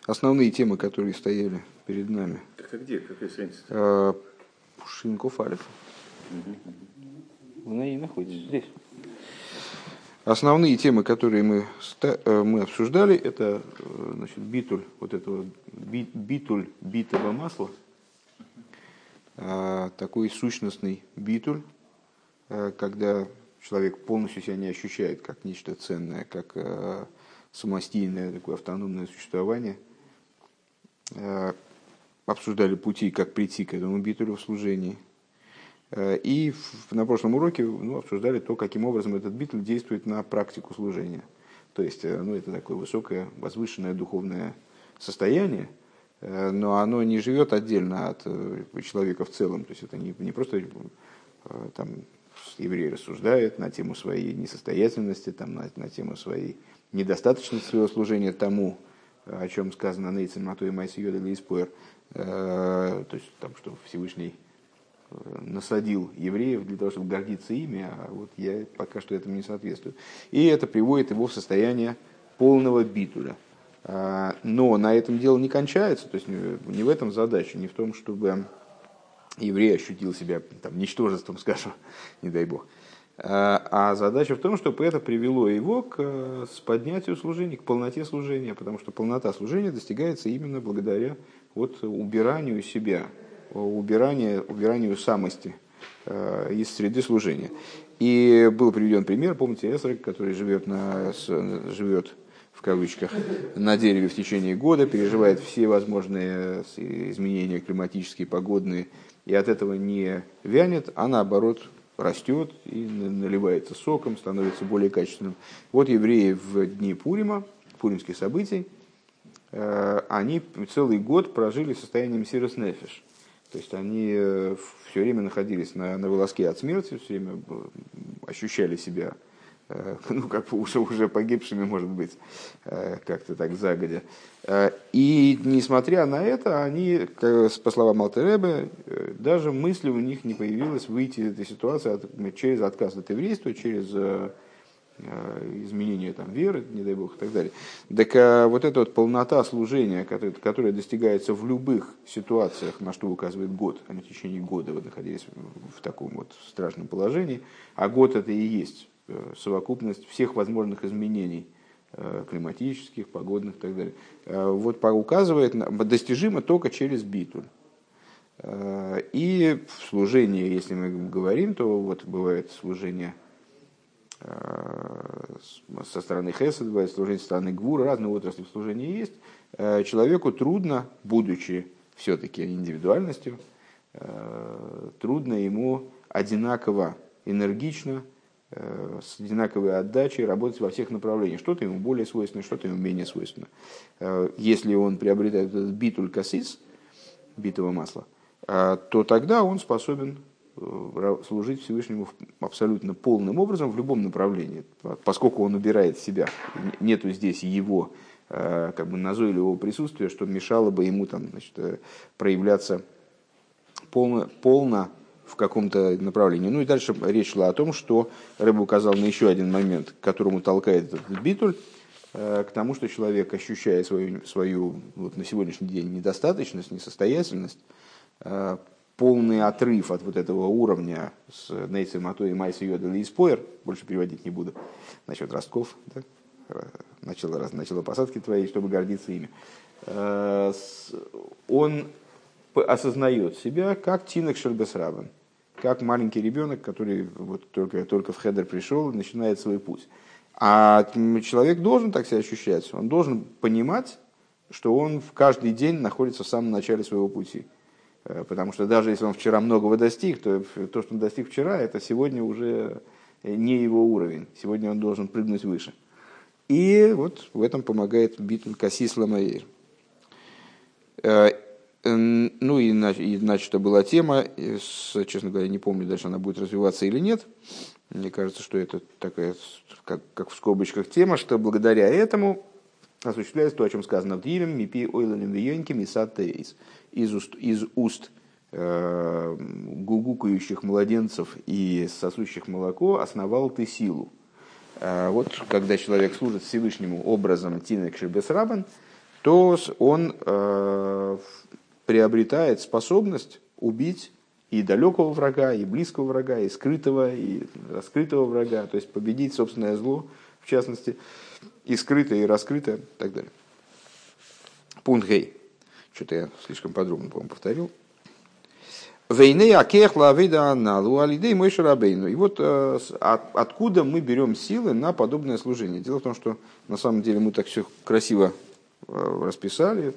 основные темы, которые стояли перед нами. Так а где? Какая страница? Шинков Алеф. Она и находится здесь. Основные темы, которые мы обсуждали, это, значит, битуль, вот этого битуль битого масла, такой сущностный битуль, когда человек полностью себя не ощущает как нечто ценное, как самостийное, такое автономное существование. Обсуждали пути, как прийти к этому битулю в служении. И на прошлом уроке обсуждали то, каким образом этот битуль действует на практику служения. То есть это такое высокое, возвышенное духовное состояние, но оно не живет отдельно от человека в целом. То есть это не просто там, еврей рассуждает на тему своей несостоятельности, там, на тему своей недостаточности своего служения тому, о чем сказано «Нейцем Матой Майс Йода Лейспоэр», то есть там, что Всевышний насадил евреев для того, чтобы гордиться ими, а вот я пока что этому не соответствую. И это приводит его в состояние полного битуля. Но на этом дело не кончается, то есть не в этом задача, не в том, чтобы еврей ощутил себя там, ничтожеством, скажем, не дай бог. А задача в том, чтобы это привело его к поднятию служения, к полноте служения, потому что полнота служения достигается именно благодаря убиранию себя, убиранию самости из среды служения. И был приведен пример, помните, Эсрак, который живет в кавычках на дереве в течение года, переживает все возможные изменения климатические, погодные, и от этого не вянет, а наоборот растет и наливается соком, становится более качественным. Вот евреи в дни Пурима, пуримских событий, они целый год прожили состоянием сирос нефеш. То есть они все время находились на волоске от смерти, все время ощущали себя, как бы уже погибшими, может быть, как-то так загодя. И несмотря на это, они, по словам Алтер Ребе, даже мысли у них не появилось выйти из этой ситуации через отказ от еврейства, через изменение там, веры, не дай бог, и так далее. Так вот эта полнота служения, которая достигается в любых ситуациях, на что указывает год, они в течение года находились в таком страшном положении, а год это и есть совокупность всех возможных изменений климатических, погодных и так далее, указывает, достижимо только через битуль. И в служении, если мы говорим, то бывает служение со стороны хесед, бывает служение со стороны гвура, разные отрасли в служении есть. Человеку трудно, будучи все-таки индивидуальностью, трудно ему одинаково энергично, с одинаковой отдачей работать во всех направлениях. Что-то ему более свойственно, что-то ему менее свойственно. Если он приобретает этот битуль касис, битого масла, то тогда он способен служить Всевышнему абсолютно полным образом в любом направлении, поскольку он убирает себя. Нету здесь его назойливого присутствия, что мешало бы ему проявляться полно в каком-то направлении. И дальше речь шла о том, что Ребе указал на еще один момент, к которому толкает этот битуль, к тому, что человек, ощущая свою на сегодняшний день недостаточность, несостоятельность, полный отрыв от этого уровня с Нейцем Матой и Майс Йода Лейспоэр, больше переводить не буду, насчет ростков, да? начало посадки твоей, чтобы гордиться ими, он осознает себя как тинок шельбесрабан, как маленький ребенок, который только в хедер пришел и начинает свой путь. А человек должен так себя ощущать, он должен понимать, что он в каждый день находится в самом начале своего пути. Потому что даже если он вчера многого достиг, то, что он достиг вчера, это сегодня уже не его уровень. Сегодня он должен прыгнуть выше. И в этом помогает битуль касис ламаир. Иначе это была тема, честно говоря, не помню, дальше она будет развиваться или нет. Мне кажется, что это такая, как в скобочках, тема, что благодаря этому осуществляется то, о чем сказано в Дилем, мипи ойланим виеньким и сатейс. Из уст гугукающих младенцев и сосущих молоко основал ты силу. Когда человек служит Всевышнему образом тинек шебесрабан, что он приобретает способность убить и далекого врага, и близкого врага, и скрытого, и раскрытого врага, то есть победить собственное зло, в частности, и скрытое, и раскрытое, и так далее. Пункт Гей. Что-то я слишком подробно, по-моему, повторил. Вейны акехла авейда аналу алидей Моше Рабейну. И вот откуда мы берем силы на подобное служение. Дело в том, что на самом деле мы так все красиво расписали.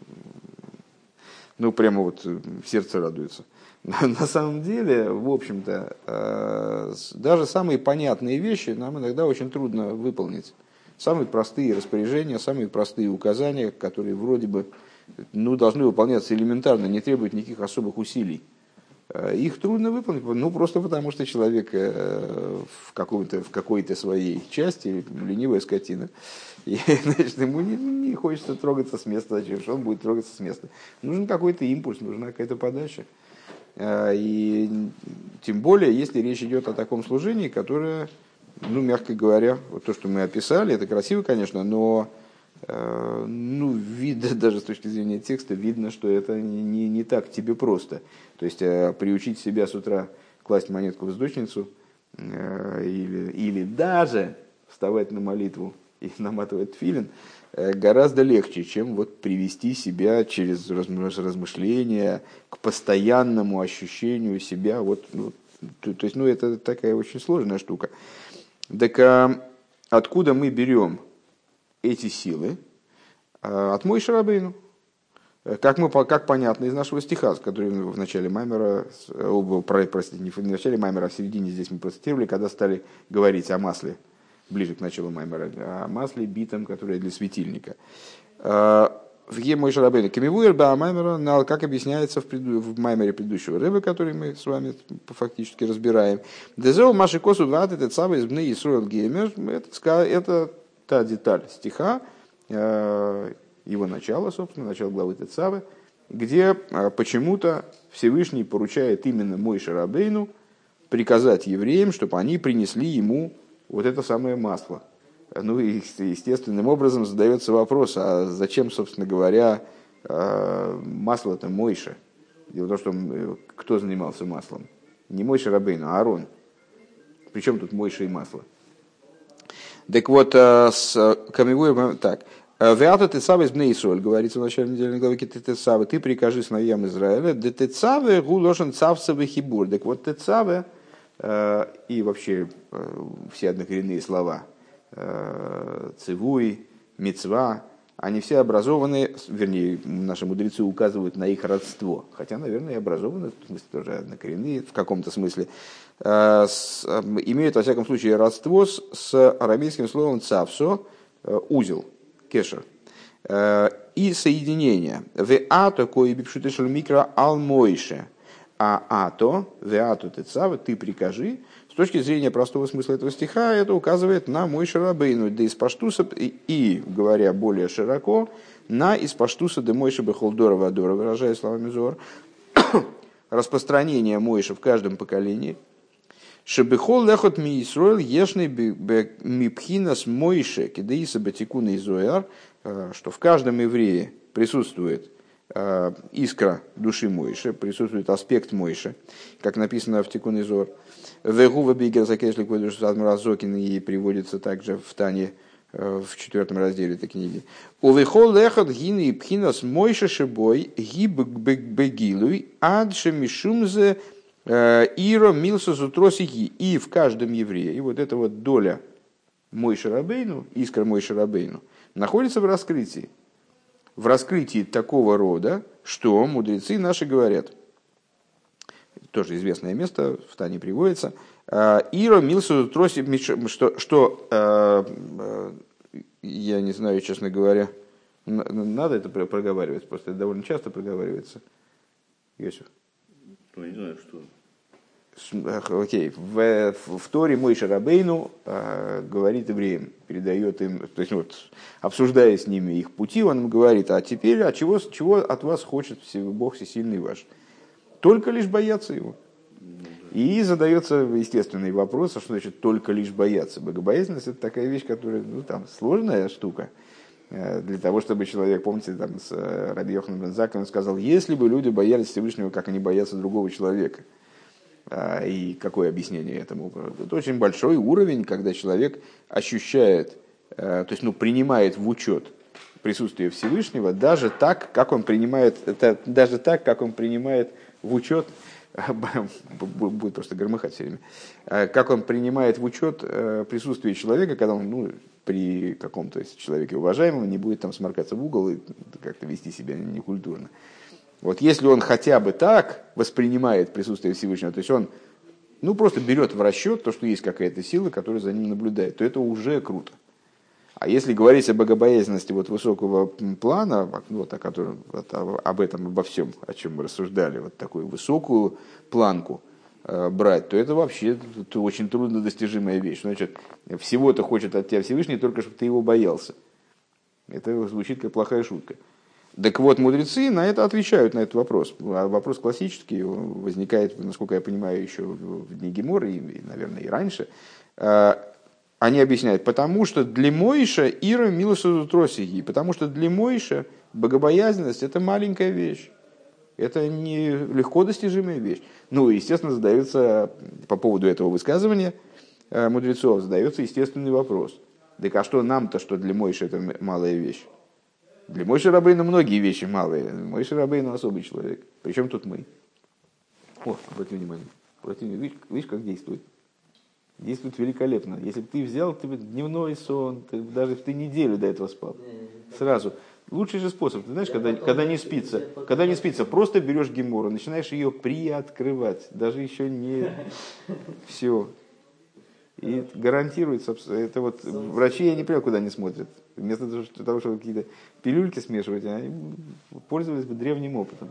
Ну, прямо вот сердце радуется. На самом деле, в общем-то, даже самые понятные вещи нам иногда очень трудно выполнить. Самые простые распоряжения, самые простые указания, которые вроде бы должны выполняться элементарно, не требуют никаких особых усилий. Их трудно выполнить, просто потому что человек в какой-то своей части ленивая скотина. И, значит, ему не хочется трогаться с места. Зачем? Что он будет трогаться с места? Нужен какой-то импульс, нужна какая-то подача. И тем более, если речь идет о таком служении, которое, мягко говоря, вот то, что мы описали, это красиво, конечно, но видно, даже с точки зрения текста, видно, что это не так тебе просто. То есть приучить себя с утра класть монетку в издочницу или даже вставать на молитву и наматывать тфилин гораздо легче, чем вот привести себя через размышления к постоянному ощущению себя. То есть, это такая очень сложная штука. Так откуда мы берем эти силы? От Моше Рабейну. Как понятно из нашего стиха, который в начале Маймера, простите, не в начале Маймера, а в середине здесь мы процитировали, когда стали говорить о масле, ближе к началу Маймера, о масле битом, которое для светильника. В Ге Моше Рабейну Кемивуэр ба Маймера, как объясняется в Маймере предыдущего Ребе, который мы с вами фактически разбираем. Дезеу маши косу ват это цава из бны Исруэл Геймер. Это та деталь стиха, его начало, собственно, начало главы Тецавы, где почему-то Всевышний поручает именно Моше Рабейну приказать евреям, чтобы они принесли ему вот это самое масло. И естественным образом задается вопрос, а зачем, собственно говоря, масло-то Моше? Дело в том, что кто занимался маслом? Не Моше Рабейну, а Аарон. Причем тут Моше и масло? Так вот, так. Веата тецаве из бней Исруэль, говорится в начале недельной главы Тецаве, ты прикажи сыновьям Израиля, де тецаве гулошен цавцевый хибур. Так вот, тецаве и вообще все однокоренные слова, цивуй, мицва, они все образованы, вернее, наши мудрецы указывают на их родство, хотя, наверное, и образованы, в смысле тоже однокоренные, в каком-то смысле, имеют, во всяком случае, родство с арамейским словом цавсо, узел, кешер, и соединение. Веато кое бипшутешель микро алмойше, а ато, веато тецава, ты прикажи. С точки зрения простого смысла этого стиха, это указывает на Моше Рабейну, да из паштуса, и, говоря более широко, на из паштуса де Моше бехолдора вадора, выражая словами Зор, распространение Моше в каждом поколении. Шебехол лехот ми Исруэль ешный мипхинас Моше кидеиса батикуна изояр, что в каждом еврее присутствует искра души Моше, присутствует аспект Моше, как написано в Тикун Изор. Вегува бигер закешлик выдуш Адмуразокин, и приводится также в Тане в 4 разделе этой книги. Увехол лехот гины пхинас Моше шебой гиб бегилуй адше мишумзе иро милсу сутросики. И в каждом еврее, и вот эта вот доля Моше Рабейну, искра Моше Рабейну, находится в раскрытии. В раскрытии такого рода, что мудрецы наши говорят, тоже известное место, в Тане приводится, Иро Милсу Троси, что я не знаю, честно говоря, надо это проговаривать, просто это довольно часто проговаривается. Йосиф. Ну, не знаю, что. Окей. В Торе Моше Рабейну говорит евреям, передает им, то есть вот, обсуждая с ними их пути, он им говорит: а теперь, чего от вас хочет Бог Всесильный ваш? Только лишь бояться его. И задается естественный вопрос, а что значит только лишь бояться? Богобоязненность — это такая вещь, которая сложная штука. Для того, чтобы человек, помните, там, с Раби Йохананом бен Заккой, он сказал, если бы люди боялись Всевышнего, как они боятся другого человека. И какое объяснение этому? Это очень большой уровень, когда человек ощущает, то есть принимает в учет присутствие Всевышнего даже так, как он принимает в учет, будет просто громыхать все время, как он принимает в учет присутствие человека, когда он при каком-то человеке уважаемом не будет там сморкаться в угол и как-то вести себя некультурно. Вот если он хотя бы так воспринимает присутствие Всевышнего, то есть он просто берет в расчет то, что есть какая-то сила, которая за ним наблюдает, то это уже круто. А если говорить о богобоязненности высокого плана, об этом, обо всем, о чем мы рассуждали, вот такую высокую планку брать, то это вообще очень труднодостижимая вещь. Значит, всего-то хочет от тебя Всевышний, только чтобы ты его боялся. Это звучит как плохая шутка. Так вот, мудрецы на это отвечают, на этот вопрос. Вопрос классический, возникает, насколько я понимаю, еще в дни Гемора, и, наверное, и раньше. Они объясняют, потому что для Моиша Ира милосу тросиги, потому что для Моиша богобоязненность – это маленькая вещь, это не легко достижимая вещь. Естественно, задается по поводу этого высказывания мудрецов, задается естественный вопрос. Так а что нам-то, что для Моиша это малая вещь? Для Моше Рабейну многие вещи малые. Моше Рабейну особый человек. Причем тут мы? Обрати внимание. Видишь, как действует? Действует великолепно. Если бы ты взял дневной сон, даже если ты неделю до этого спал, сразу. Лучший же способ, ты знаешь, когда не спится, просто берешь гемору, начинаешь ее приоткрывать. Даже еще не все. И гарантируется, это врачи, я не понимаю, куда они смотрят. Вместо того, чтобы какие-то пилюльки смешивать, они пользовались бы древним опытом.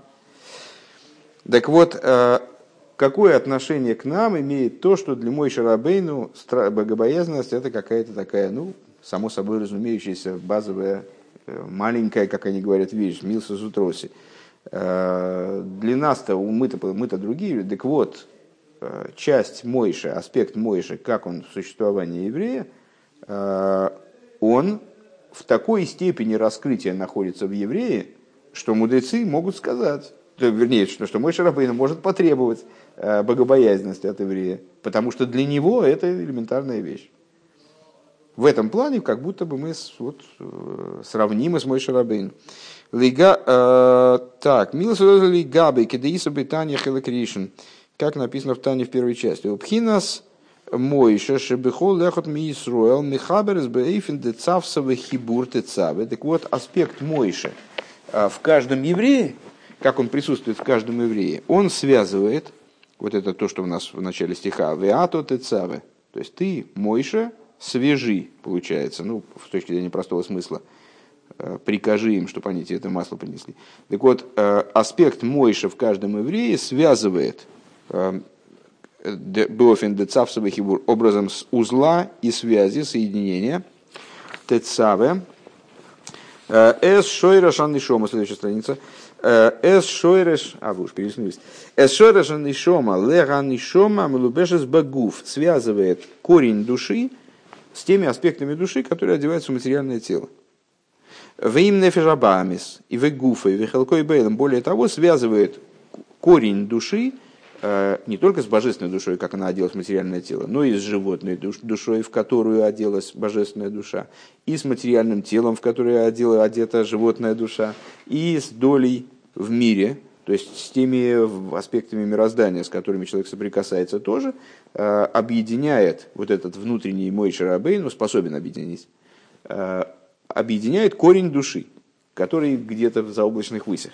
Так вот, какое отношение к нам имеет то, что для Моше Рабейну богобоязненность это какая-то такая, само собой разумеющаяся, базовая, маленькая, как они говорят, вещь, милса зутроси. Для нас-то, мы-то другие, так вот, часть Моше, аспект Моше, как он в существовании еврея, он в такой степени раскрытия находится в еврее, что мудрецы могут сказать, вернее, что Моше Рабейну может потребовать богобоязненности от еврея, потому что для него это элементарная вещь. В этом плане как будто бы мы сравнимы с Моше Рабейну. Так, милосердие лигабы, кедеиса бетания хелекришн, как написано в Тане в первой части. Пхинас Моиша шебехол лехот ми Исруэл михаберс бейфин децавсовый хибур тецавы. Так вот, аспект Моиша в каждом еврее, как он присутствует в каждом еврее, он связывает, вот это то, что у нас в начале стиха, веато тецавы, то есть ты, Моиша, свяжи, получается, с точки зрения простого смысла, прикажи им, чтобы они тебе это масло принесли. Так вот, аспект Моиша в каждом еврее связывает образом с узла и связи, соединения, тецаве, эс шойреш аннишома, следующая страница, эс шойреш, вы уж переснулись, эс шойреш аннишома, лега аннишома, мелубешес багуф, связывает корень души с теми аспектами души, которые одеваются в материальное тело. Веим нефежабамис, и вегуфа, и вехалкой бейлом, более того, связывает корень души не только с божественной душой, как она оделась в материальное тело, но и с животной душой, в которую оделась божественная душа, и с материальным телом, в которое одета животная душа, и с долей в мире, то есть с теми аспектами мироздания, с которыми человек соприкасается тоже, объединяет вот этот внутренний Моше Рабейну, способен объединить, объединяет корень души, который где-то в заоблачных высях.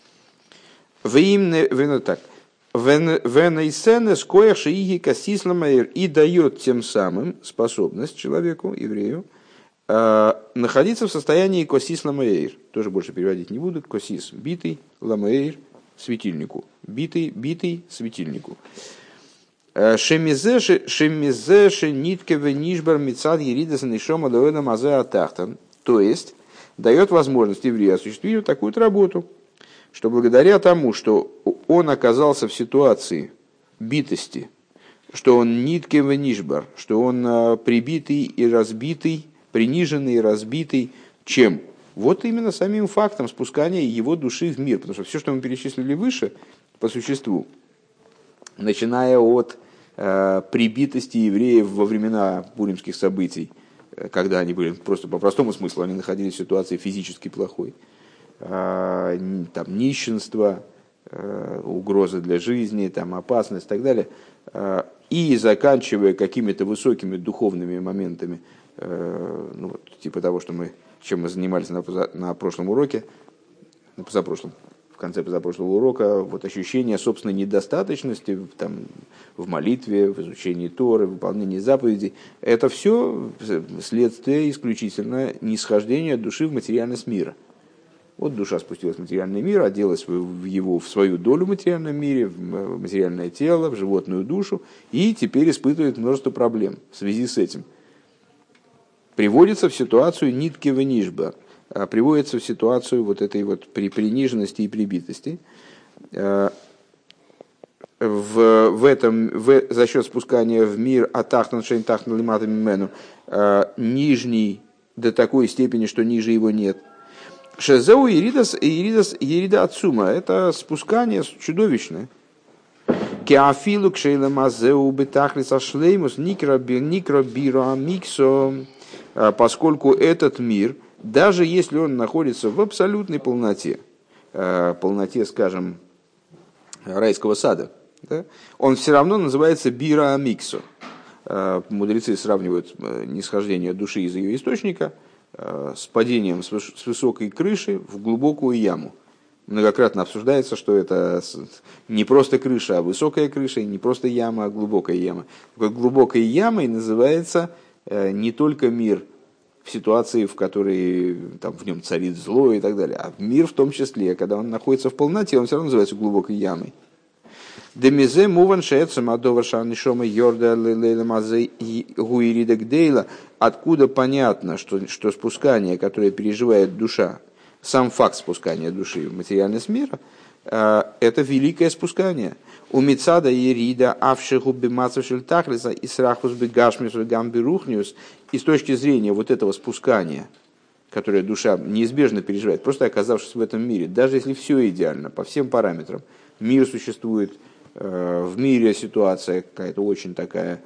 И дает тем самым способность человеку, еврею, находиться в состоянии косис ламаэйр. Тоже больше переводить не буду. Косис битый, ламаэйр светильнику. Битый светильнику. Шемизеше ниткеве нишбар мицад еридаса нишома лоэна мазе атахтан. То есть дает возможность еврею осуществить вот такую работу, что благодаря тому, что он оказался в ситуации битости, что он ниткеве нишбар, что он прибитый и разбитый, приниженный и разбитый, чем? Вот именно самим фактом спускания его души в мир. Потому что все, что мы перечислили выше, по существу, начиная от прибитости евреев во времена пуримских событий, когда они были просто по простому смыслу, они находились в ситуации физически плохой, там, нищенство, угрозы для жизни, там, опасность и так далее, и заканчивая какими-то высокими духовными моментами, ну, вот, типа того, чем мы занимались на прошлом уроке, на позапрошлом, в конце позапрошлого урока, вот ощущение собственной недостаточности там, в молитве, в изучении Торы, в выполнении заповедей, это все следствие исключительно нисхождения души в материальность мира. Вот душа спустилась в материальный мир, оделась в свою долю в материальном мире, в материальное тело, в животную душу, и теперь испытывает множество проблем в связи с этим. Приводится в ситуацию нитки венишба, приводится в ситуацию вот этой вот приниженности и прибитости. За счет спускания в мир атахтан шейн тахтан лиматам мимену, нижний до такой степени, что ниже его нет. Шезеу ерида ацума, это спускание чудовищное. Кеафилу кшейламазеу бетахлиса шлеймус никро бира миксо, поскольку этот мир, даже если он находится в абсолютной полноте, скажем, райского сада, да, он все равно называется бира миксо. Мудрецы сравнивают нисхождение души из ее источника с падением с высокой крыши в глубокую яму. Многократно обсуждается, что это не просто крыша, а высокая крыша, и не просто яма, а глубокая яма. Глубокой ямой называется не только мир в ситуации, в которой там, в нем царит зло и так далее, а мир в том числе, когда он находится в полноте, он все равно называется глубокой ямой. Демизе муван шеется мадова шанишома йорда лейлемазе гуиридагдейла. Откуда понятно, что спускание, которое переживает душа, сам факт спускания души в материальность мира, это великое спускание. У мицада ерида авшиху бимацавшиль тахлиса и срахус бигашмису гамбирухниус. И с точки зрения вот этого спускания, которое душа неизбежно переживает, просто оказавшись в этом мире, даже если все идеально, по всем параметрам, мир существует, в мире ситуация какая-то очень такая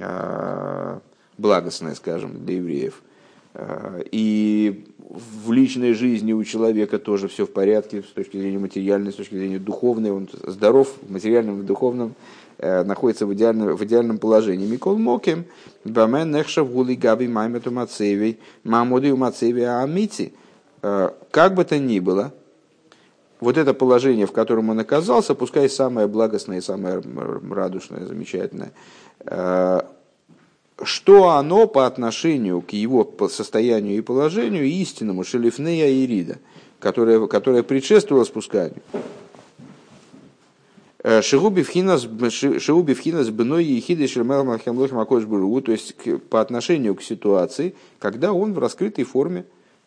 благостная, скажем, для евреев, и в личной жизни у человека тоже все в порядке с точки зрения материальной, с точки зрения духовной, он здоров в материальном и духовном, находится в идеальном положении. Микол Моким, Бамен Нехшав Гули Габи Маймету Мацевей, Мамуди Мацевей Амити. Как бы то ни было, вот это положение, в котором он оказался, пускай самое благостное, самое радушное, замечательное, что оно по отношению к его состоянию и положению истинному шелифнея и рида, которое предшествовало спусканию. Шигуби вхинас бной ехиды шельмел махемлохим акош буру, то есть по отношению к ситуации, когда он в раскрытой форме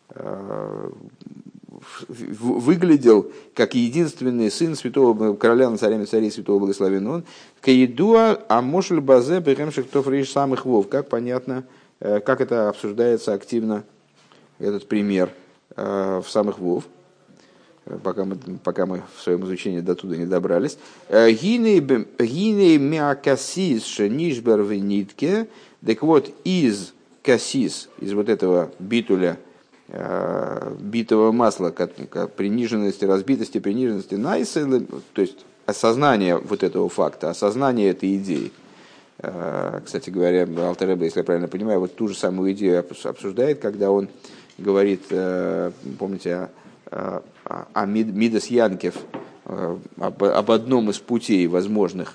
выглядел как единственный сын святого короля над царями царей святого благословен он, каидуа амошель базе бехемших тофриш самых вов. Как понятно, как это обсуждается активно, этот пример в самых вов, пока мы в своем изучении до туда не добрались. Гиней миакасис шенишбер в нитке. Так вот, из касис, из вот этого битуля, битого масла, приниженности, разбитости, приниженности найсы, то есть осознание вот этого факта, осознание этой идеи. Кстати говоря, Алтер Ребе, если я правильно понимаю, вот ту же самую идею обсуждает, когда он говорит, помните, о Мидас Янкев, об одном из путей возможных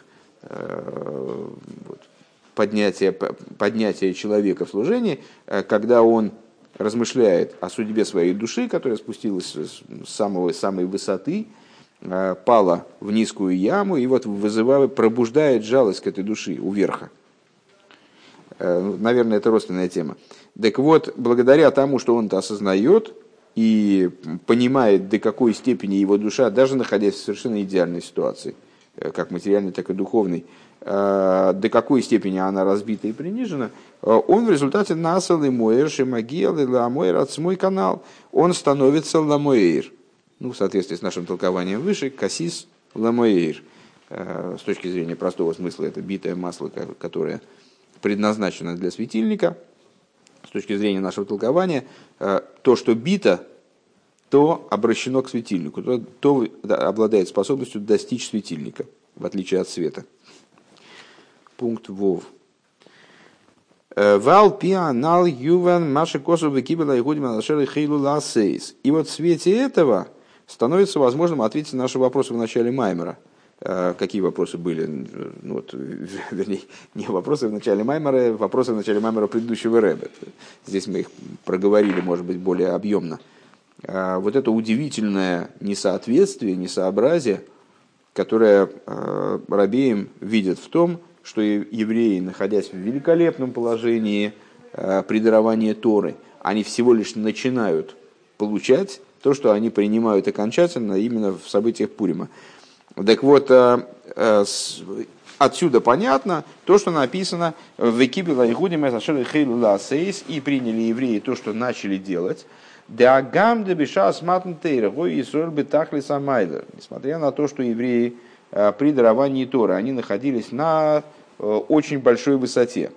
поднятия человека в служении, когда он размышляет о судьбе своей души, которая спустилась с самой высоты, пала в низкую яму и вот пробуждает жалость к этой души у верха. Наверное, это родственная тема. Так вот, благодаря тому, что он это осознает и понимает, до какой степени его душа, даже находясь в совершенно идеальной ситуации, как материальный, так и духовный, до какой степени она разбита и принижена, он в результате насал и моэр, шемагиел, и ламоэр, отсмой канал, он становится ламоэр. Ну, в соответствии с нашим толкованием выше, касис ламоэр. С точки зрения простого смысла, это битое масло, которое предназначено для светильника. С точки зрения нашего толкования, то, что бито, то обращено к светильнику, то обладает способностью достичь светильника, в отличие от света. Пункт Вов. Вал пианал юван маши косу выкибела и гудим алашеры хейлу ласейс. И вот в свете этого становится возможным ответить на наши вопросы в начале Маймера. Какие вопросы были? Ну, вот, вернее, не вопросы в начале Маймера, вопросы в начале Маймера предыдущего Ребе. Здесь мы их проговорили, может быть, более объемно. Вот это удивительное несоответствие, несообразие, которое рабеим видят в том, что евреи, находясь в великолепном положении при даровании Торы, они всего лишь начинают получать то, что они принимают окончательно именно в событиях Пурима. Так вот, отсюда понятно то, что написано в Экибела Игудим и приняли евреи то, что начали делать. Несмотря на то, что евреи при даровании Торы, они находились на очень большой высоте.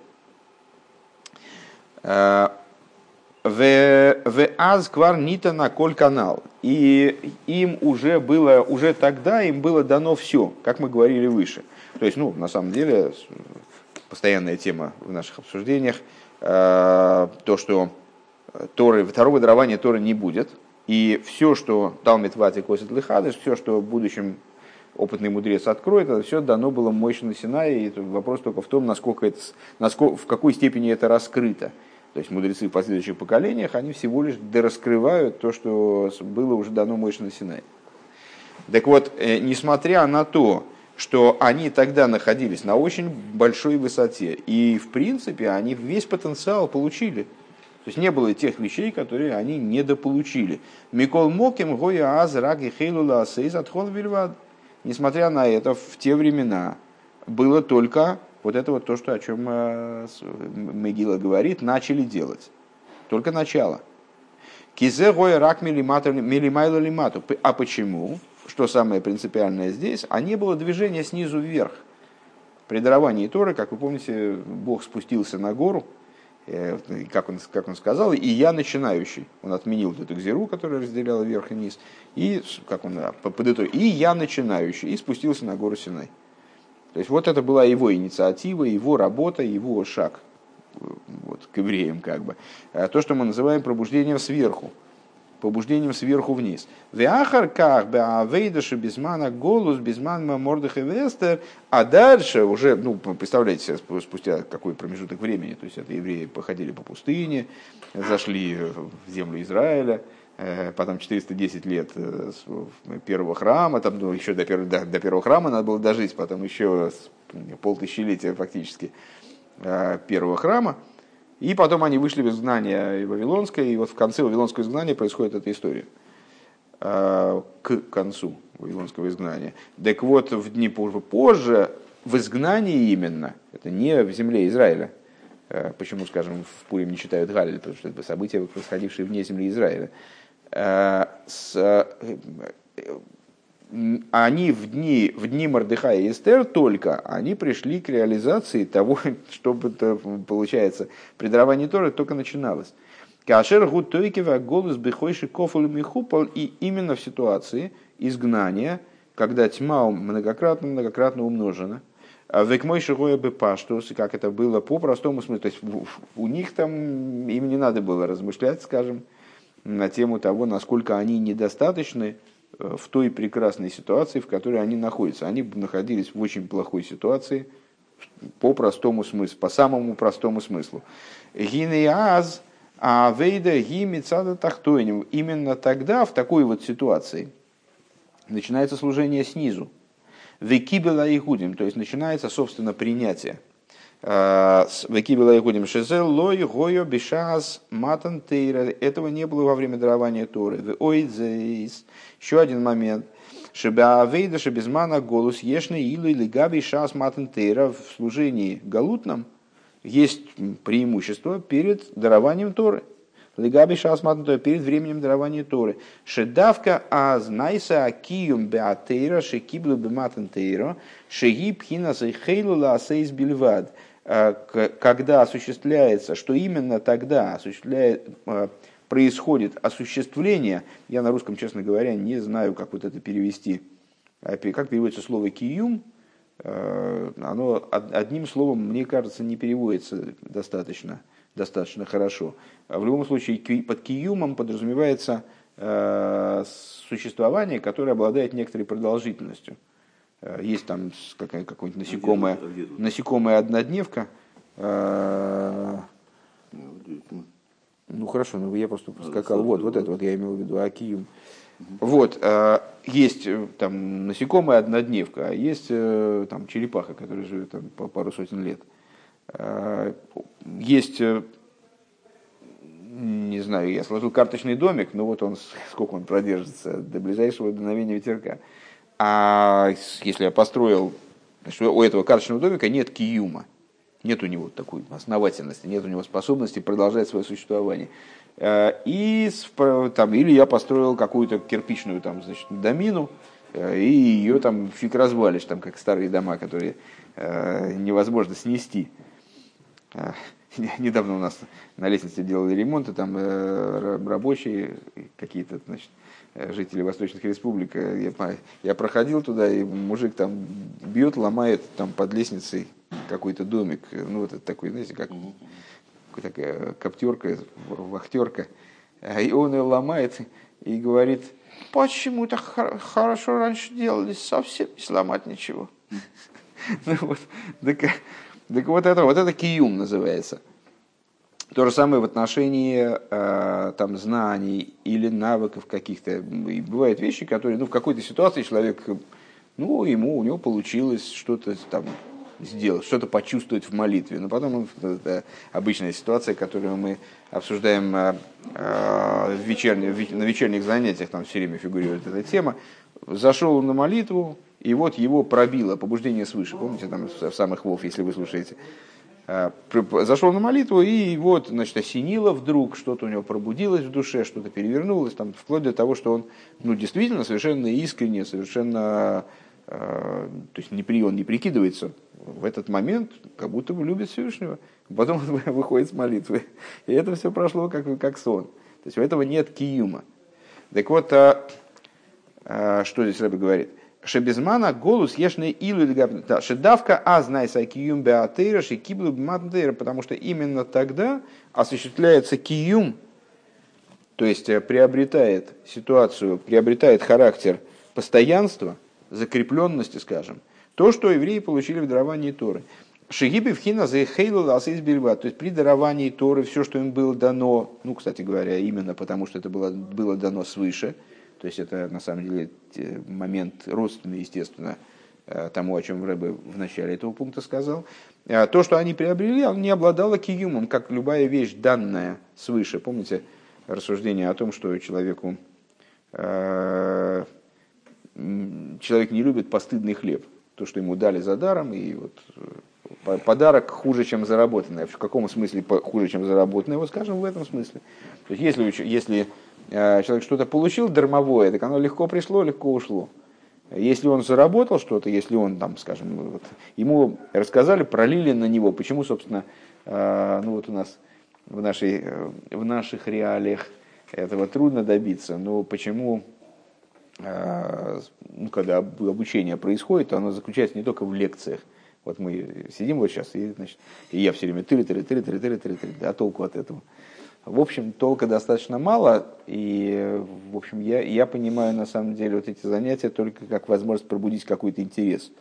В Азквар Нита на Коль канал. И им уже тогда им было дано все, как мы говорили выше. То есть, на самом деле, постоянная тема в наших обсуждениях, то, что второго дарования Торы не будет. И все, что Талмид Вати Косит Лихадыш, все, что в будущем опытный мудрец откроет, это все дано было Моше на Синае. И вопрос только в том, в какой степени это раскрыто. То есть мудрецы в последующих поколениях, они всего лишь дораскрывают то, что было уже дано Моше на Синае. Так вот, несмотря на то, что они тогда находились на очень большой высоте, и в принципе они весь потенциал получили. То есть не было тех вещей, которые они недополучили. Микол Моким Гоя Аз Раги Хейлула Асейз Атхон Вильвад. Несмотря на это, в те времена было только вот это вот то, о чем Мегила говорит, начали делать. Только начало. Кизе Гоя Рак Милимайло Лимату. А почему? Что самое принципиальное здесь, а не было движения снизу вверх. При даровании Торы, как вы помните, Бог спустился на гору, как он сказал, и я начинающий. Он отменил эту гзиру, которая разделяла вверх и низ, и, как он подытожил, и я начинающий, и спустился на гору Синай. То есть вот это была его инициатива, его работа, его шаг вот, к евреям как бы. То, что мы называем пробуждением сверху. Побуждением сверху вниз. А дальше уже, представляете себе, спустя какой промежуток времени, то есть это евреи походили по пустыне, зашли в землю Израиля, потом 410 лет первого храма, там, еще до первого храма надо было дожить, потом еще полтысячелетия фактически первого храма. И потом они вышли в изгнание Вавилонское, и вот в конце Вавилонского изгнания происходит эта история. К концу Вавилонского изгнания. Так вот, в дни позже, в изгнании именно, это не в земле Израиля. Почему, скажем, в Пурим не читают Галиль, потому что это события, происходившие вне земли Израиля. Они в дни Мордехая и Эстер только, они пришли к реализации того, что получается, при даровании Торы только начиналось. Кашер гутойкива голос бехойши кофул михупал, и именно в ситуации изгнания, когда тьма многократно умножена, векмойши гоя бепаштус, как это было по простому смыслу, то есть у них там, им не надо было размышлять, скажем, на тему того, насколько они недостаточны в той прекрасной ситуации, в которой они находятся. Они находились в очень плохой ситуации по простому смыслу, по самому простому смыслу. Гинеаз авейда гимицада тахтойним. Именно тогда, в такой вот ситуации, начинается служение снизу. Векибела игудим, то есть начинается, собственно, принятие. Векибила Игудим Шизел, Лой, Гойо, Бишаз, Матан Тейра. Этого не было во время дарования Торы. Еще один момент. Шебеавейда, Шебезмана, Голос, Ешный, Илы, Лигаби, Шаз, Матан Тейра. В служении галутном есть преимущество перед дарованием Торы. Лигаби, Шаз, Матан Тейра, перед временем дарования Торы. Шедавка азнайса акиюм беатейра, шекиблу бематан тейра, шегиб хинас и хейлу лаасейс бильвад. Когда осуществляется, что именно тогда происходит осуществление, я на русском, честно говоря, не знаю, как вот это перевести, как переводится слово «киюм», оно одним словом, мне кажется, не переводится достаточно хорошо. В любом случае, под киюмом подразумевается существование, которое обладает некоторой продолжительностью. Есть там какое-нибудь насекомое однодневка. Ну хорошо, но я просто скакал. Вот это вот я имел в виду, акиюм. Вот, есть там насекомое однодневка, а есть там черепаха, которая живет там по пару сотен лет. Есть, не знаю, я сложил карточный домик, но вот сколько он продержится до ближайшего дуновения ветерка. А если я построил, значит, у этого карточного домика нет киюма, нет у него такой основательности, нет у него способности продолжать свое существование. Или я построил какую-то кирпичную там, значит, домину, и ее там фиг развалишь, там, как старые дома, которые невозможно снести. Недавно у нас на лестнице делали ремонт, и там рабочие какие-то, значит, жители Восточных Республик, я проходил туда, и мужик там бьет, ломает там под лестницей какой-то домик, ну вот это такой, знаете, как такая коптерка, вахтерка, и он ее ломает и говорит: почему так хорошо раньше делали, совсем не сломать ничего. Так вот это киюм называется. То же самое в отношении там, знаний или навыков каких-то. И бывают вещи, которые в какой-то ситуации человек, у него получилось что-то там сделать, что-то почувствовать в молитве. Но потом это обычная ситуация, которую мы обсуждаем на вечерних занятиях, там все время фигурирует эта тема. Зашел на молитву, и вот его пробило побуждение свыше. Помните, там в самых Вов, если вы слушаете. Зашел на молитву, и вот, значит, осенило вдруг, что-то у него пробудилось в душе, что-то перевернулось, там, вплоть до того, что он, действительно, совершенно искренне, совершенно, то есть он не прикидывается в этот момент, как будто бы любит Всевышнего. Потом он выходит с молитвы, и это все прошло как сон. То есть у этого нет киюма. Так вот, что здесь Рэбе говорит? Шебезмана голос ешный илу шедавка азнайса киюм беатейра шекиблу бматейра, потому что именно тогда осуществляется киюм, то есть приобретает характер постоянства, закрепленности, скажем, то, что евреи получили в даровании Торы. Шегиби вхина за хейлу ласис бельва, то есть при даровании Торы все, что им было дано, кстати говоря, именно потому что это было дано свыше. То есть это на самом деле момент родственный, естественно, тому, о чем Рэбе в начале этого пункта сказал. То, что они приобрели, оно не обладало киюмом, как любая вещь, данная свыше. Помните рассуждение о том, что человек не любит постыдный хлеб. То, что ему дали за даром, и вот подарок хуже, чем заработанное. В каком смысле хуже, чем заработанное? Вот скажем, в этом смысле. То есть если человек что-то получил дармовое, так оно легко пришло, легко ушло. Если он заработал что-то, если он, там, скажем, ему рассказали, пролили на него, почему, собственно, у нас в наших реалиях этого трудно добиться, но почему, когда обучение происходит, то оно заключается не только в лекциях. Вот мы сидим вот сейчас, и я все время тыры, а толку от этого? В общем, толка достаточно мало, и в общем, я понимаю на самом деле вот эти занятия только как возможность пробудить какой-то интерес.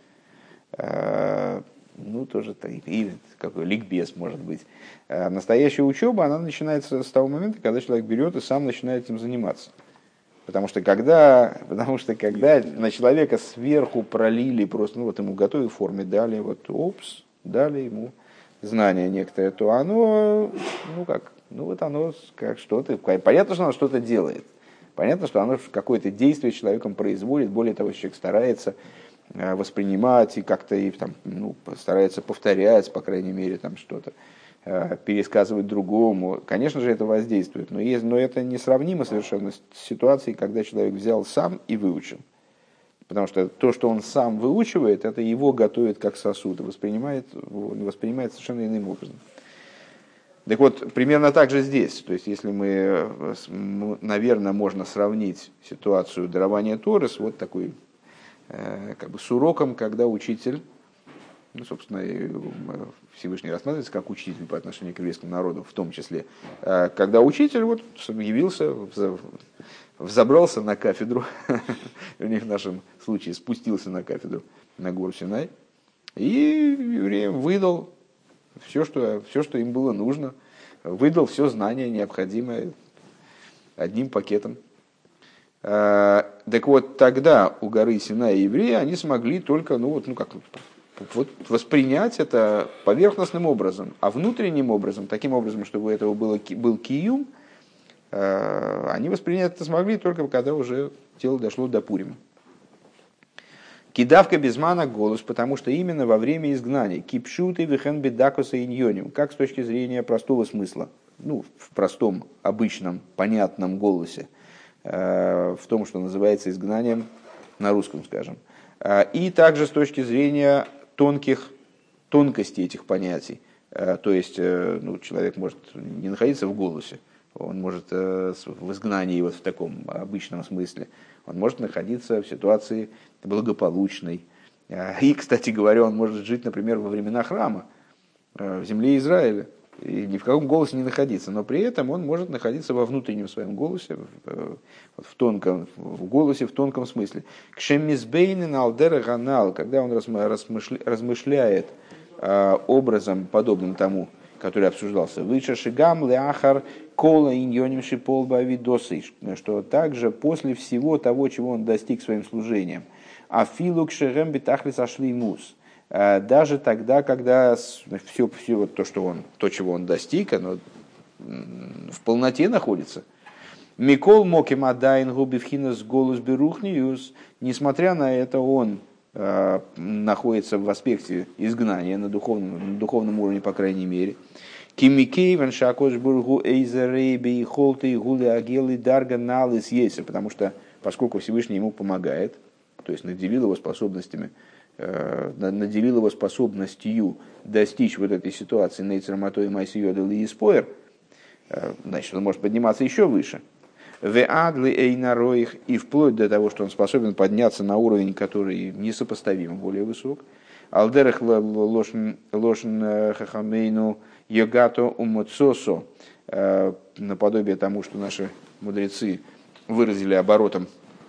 Тоже или какой ликбез, может быть. Настоящая учеба, она начинается с того момента, когда человек берет и сам начинает этим заниматься. Потому что когда на человека сверху пролили, просто ему в готовой форме дали, дали ему знание некоторое, то оно, оно как что-то, понятно, что оно что-то делает. Понятно, что оно какое-то действие с человеком производит, более того, человек старается воспринимать и как-то старается повторять, по крайней мере, там что-то, пересказывать другому. Конечно же, это воздействует, но это несравнимо совершенно с ситуацией, когда человек взял сам и выучил. Потому что то, что он сам выучивает, это его готовит как сосуд и воспринимает совершенно иным образом. Так вот, примерно так же здесь. То есть, если наверное, можно сравнить ситуацию дарования Торы с вот такой, с уроком, когда учитель, собственно, Всевышний рассматривается как учитель по отношению к еврейскому народу, в том числе, когда учитель явился, взобрался на кафедру, вернее, в нашем случае спустился на кафедру, на гору Синай, и евреям выдал все, что им было нужно, выдал все знания необходимое одним пакетом. Так вот, тогда у горы Синай евреи, они смогли только воспринять это поверхностным образом, а внутренним образом, таким образом, чтобы у этого был киюм, они воспринять это смогли только когда уже дело дошло до Пурима. Кидавка безмана голос, потому что именно во время изгнания кипшуты вихен бедакоса иньоним, как с точки зрения простого смысла, в простом, обычном, понятном голосе, в том, что называется изгнанием на русском, скажем, и также с точки зрения тонкостей этих понятий. То есть человек может не находиться в голосе, он может в изгнании в таком обычном смысле, он может находиться в ситуации благополучной. И, кстати говоря, он может жить, например, во времена храма, в земле Израиля, и ни в каком голосе не находиться, но при этом он может находиться во внутреннем своем голосе, в голосе в тонком смысле. Кшемизбейнен алдер ганал, когда он размышляет образом, подобным тому, который обсуждался, выше шигам леахар кола иньоним шипол бавидосыш, что также после всего того, чего он достиг своим служением, а филук шерем битахли сошли мус, даже тогда, когда все то, чего он достиг, оно в полноте находится. Микол моким адайн губивхинас голос берухниюс, несмотря на это, он находится в аспекте изгнания на духовном уровне, по крайней мере. Кимикейвен шакошбургу эйзерейби и холты гули агелы дарга налыс есть, потому что поскольку Всевышний ему помогает, то есть наделил его способностью достичь вот этой ситуации нейцерматой майсиёдел и испоер, значит, он может подниматься еще выше. И вплоть до того, что он способен подняться на уровень, который несопоставим, более высок. Алдерах лошен хахамейну йогато умоцосо, наподобие тому, что наши мудрецы выразили оборотом.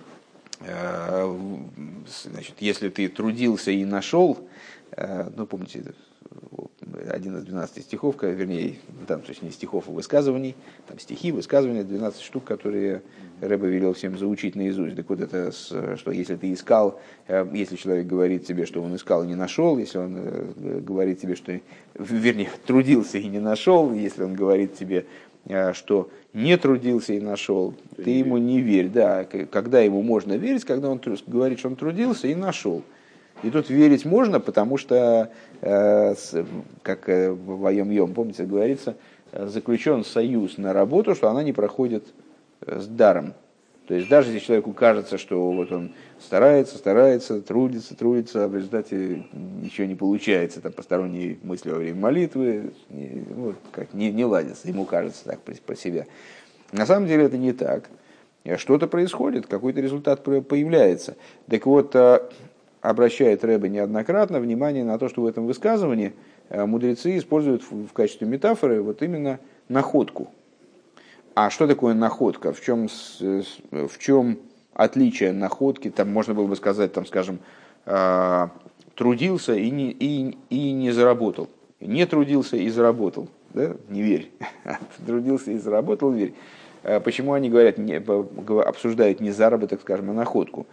Значит, если ты трудился и нашел, помните, один из 12 стихов, вернее, там, то есть не стихов, а высказываний, там стихи, высказывания, 12 штук, которые Рэбе велел всем заучить наизусть. Так вот это, что если ты искал, если человек говорит тебе, что он искал и не нашел, если он говорит тебе, что, вернее, трудился и не нашел, если он говорит тебе, что не трудился и нашел, ты ему не верь. Да, когда ему можно верить, когда он говорит, что он трудился и нашел. И тут верить можно, потому что, как в Айом-Йом, помните, говорится, заключен союз на работу, что она не проходит с даром. То есть даже если человеку кажется, что вот он старается, трудится, а в результате ничего не получается, там посторонние мысли во время молитвы не ладятся, ему кажется так про себя. На самом деле это не так. Что-то происходит, какой-то результат появляется. Так вот, обращает Рэбе неоднократно внимание на то, что в этом высказывании мудрецы используют в качестве метафоры вот именно находку. А что такое находка? В чем отличие находки? Там можно было бы сказать, там, скажем, трудился и не заработал. Не трудился и заработал. Да? Не верь. Трудился и заработал, верь. Почему они обсуждают не заработок, скажем, а находку?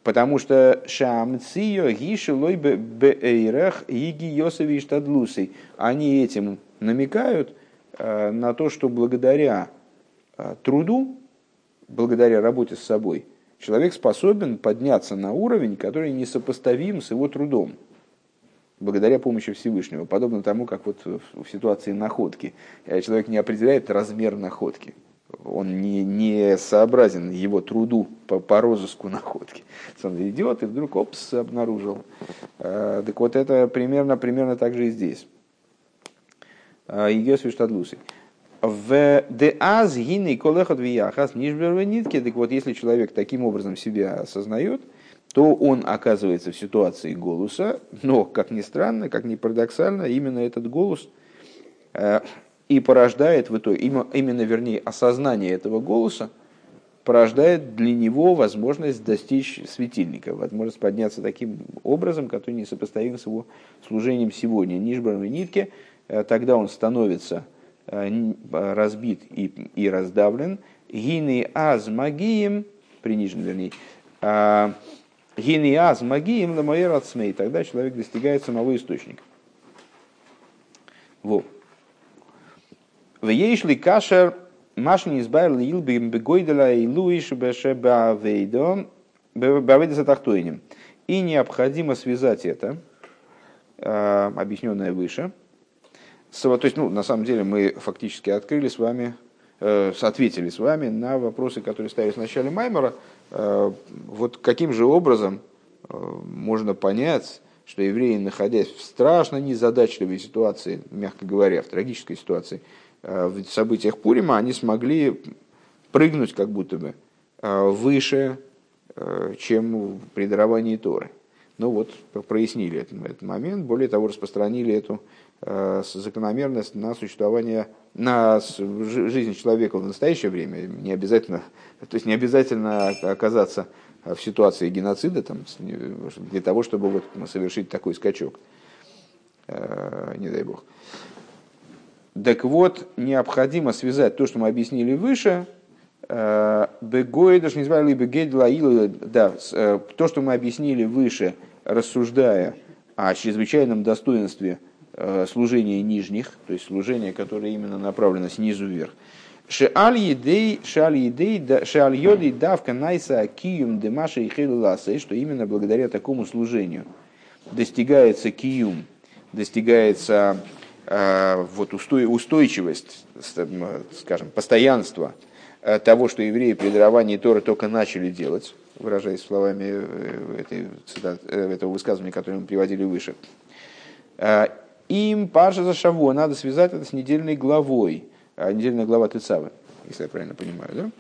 Потому что шамцио гишелой бейрах иги йосови штадлусей. Они этим намекают на то, что благодаря труду, благодаря работе с собой, человек способен подняться на уровень, который несопоставим с его трудом, благодаря помощи Всевышнего. Подобно тому, как вот в ситуации находки. Человек не определяет размер находки. Он не сообразен его труду по розыску находки. Он идет и вдруг, опс, обнаружил. Так вот, это примерно так же и здесь. Игес виштадлусы. В деаз гиней колехот вияхас нишберве нитки. Так вот, если человек таким образом себя осознает, то он оказывается в ситуации голуса, но, как ни странно, как ни парадоксально, именно этот голос и порождает в итоге, вернее, осознание этого голоса порождает для него возможность достичь светильника, возможность подняться таким образом, который несопоставим с его служением сегодня. Нишбарм и нитке, тогда он становится разбит и раздавлен. Гины аз магием, принижен, вернее, гины аз магием ламаэр ацмей, тогда человек достигает самого источника. Вот. В ейшли кашер машин избавил илбим бегойдела и луиш бешебавейдом бавейда сатахтойним. И необходимо связать это, объясненное выше. То есть, на самом деле, мы фактически ответили с вами на вопросы, которые ставились в начале Маймера. Вот каким же образом можно понять, что евреи, находясь в страшно незадачливой ситуации, мягко говоря, в трагической ситуации, в событиях Пурима, они смогли прыгнуть как будто бы выше, чем при даровании Торы. Ну вот, прояснили этот момент, более того, распространили эту закономерность на существование, на жизнь человека в настоящее время. Не обязательно оказаться в ситуации геноцида для того, чтобы совершить такой скачок. Не дай бог. Так вот, необходимо связать то, что мы объяснили выше, то, что мы объяснили выше, рассуждая о чрезвычайном достоинстве служения нижних, то есть служения, которое именно направлено снизу вверх. Что именно благодаря такому служению достигается киюм, достигается устойчивость, скажем, постоянство того, что евреи при даровании Торы только начали делать, выражаясь словами этого высказывания, которое мы приводили выше. Им парша за шаво, надо связать это с недельной главой, недельная глава Тецавы, если я правильно понимаю, да?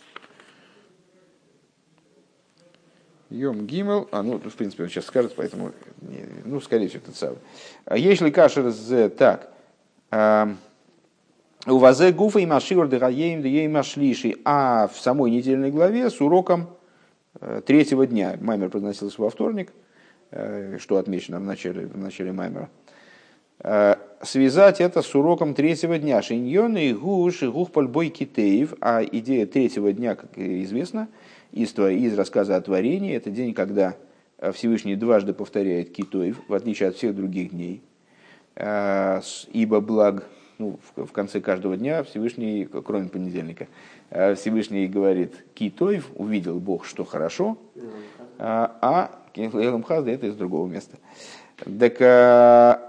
Йом Гимел, в принципе, он сейчас скажет, поэтому, скорее всего, Тецавы. Если кашер так, у вазе гуфа и машиор дегаеем деем машлиши, а в самой недельной главе с уроком третьего дня, Маймер произносился во вторник, что отмечено в начале Маймера, связать это с уроком третьего дня. Шиньон и гуш и гухпальбой китеев, а идея третьего дня, как известно, из рассказа о творении, это день, когда Всевышний дважды повторяет китоев, в отличие от всех других дней. Ибо благ, в конце каждого дня Всевышний, кроме понедельника, Всевышний говорит китоев, увидел Бог, что хорошо, а Элам Хазда это из другого места. Так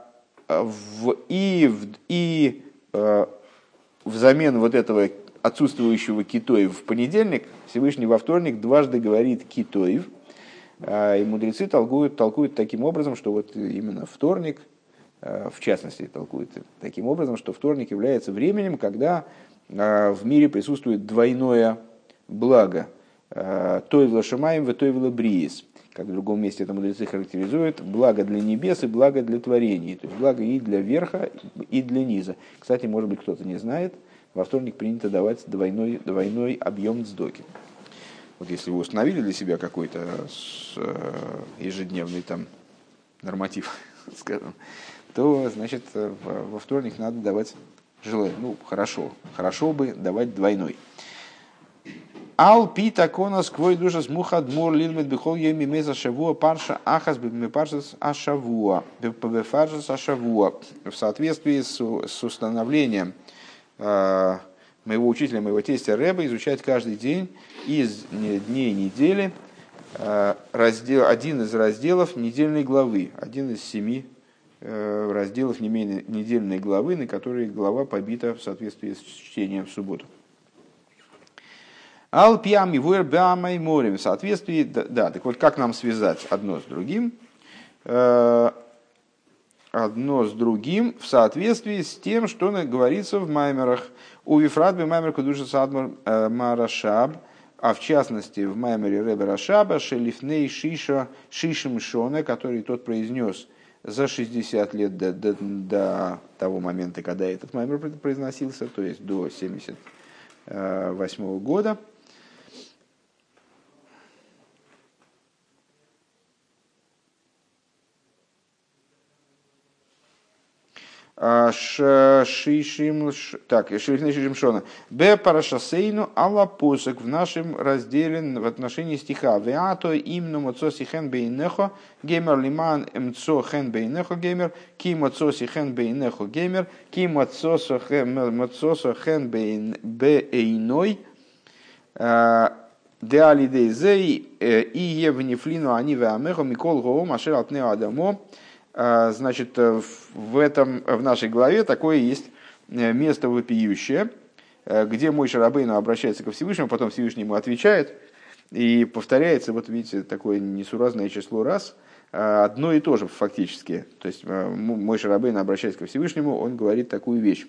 взамен вот этого отсутствующего китоев в понедельник, Всевышний во вторник дважды говорит китоев. И мудрецы толкуют таким образом, что вот именно вторник, в частности, толкуют таким образом, что вторник является временем, когда в мире присутствует двойное благо. Тойвла шамаем в тойвла бриис. Как в другом месте это мудрецы характеризуют, благо для небес и благо для творений. То есть благо и для верха, и для низа. Кстати, может быть, кто-то не знает, во вторник принято давать двойной объем цдоки. Вот если вы установили для себя какой-то ежедневный норматив, скажем, то, значит, во вторник надо давать хорошо бы давать двойной. Ал пита конос квой душа смухад мор лилмет бихол еми меза шавуа парша ахас бифаршас ашавуа. В соответствии с установлением моего учителя, моего тестя Рэба, изучать каждый день из дней недели один из разделов недельной главы, один из 7 разделов недельной главы, на которые глава побита в соответствии с чтением в субботу. Алпиами вуэрбамай морем. В соответствии, да, так вот как нам связать одно с другим? Одно с другим в соответствии с тем, что говорится в маймерах. У Вифрадбе маймер кудуша садмар марашаб, а в частности в маймере Ребе Рашаба шелифней шишем шона, который тот произнес за 60 лет до того момента, когда этот маймер произносился, то есть до 78 года. Шишим Шона. Б парашасейну алла посок в нашем разделе в отношении стиха. Веато имну моцоси хен бейнехо геймер лиман мцо хен бейнехо геймер ки моцоси хен бейнехо геймер ки моцосо хен бейной деалидейзей и евнифлину они веамехо микол гоом ашер алтнео адамо. Значит, в нашей главе такое есть место вопиющее, где Моше Рабейну обращается ко Всевышнему, потом Всевышний ему отвечает, и повторяется, вот видите, такое несуразное число раз, одно и то же фактически. То есть Моше Рабейну обращается ко Всевышнему, он говорит такую вещь.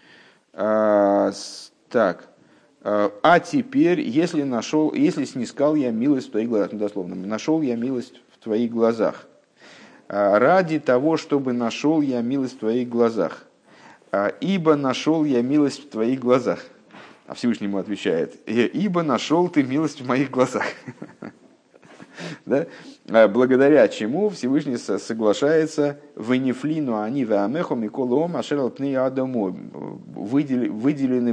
Так. А теперь, если снискал я милость в твоих глазах, ну, дословно, нашел я милость в твоих глазах, ради того, чтобы нашел я милость в твоих глазах. Ибо нашел я милость в твоих глазах. А Всевышний ему отвечает: ибо нашел ты милость в моих глазах. Да? Благодаря чему Всевышний соглашается «Венефлину они веамехо миколом ашерал пней адаму». Выделены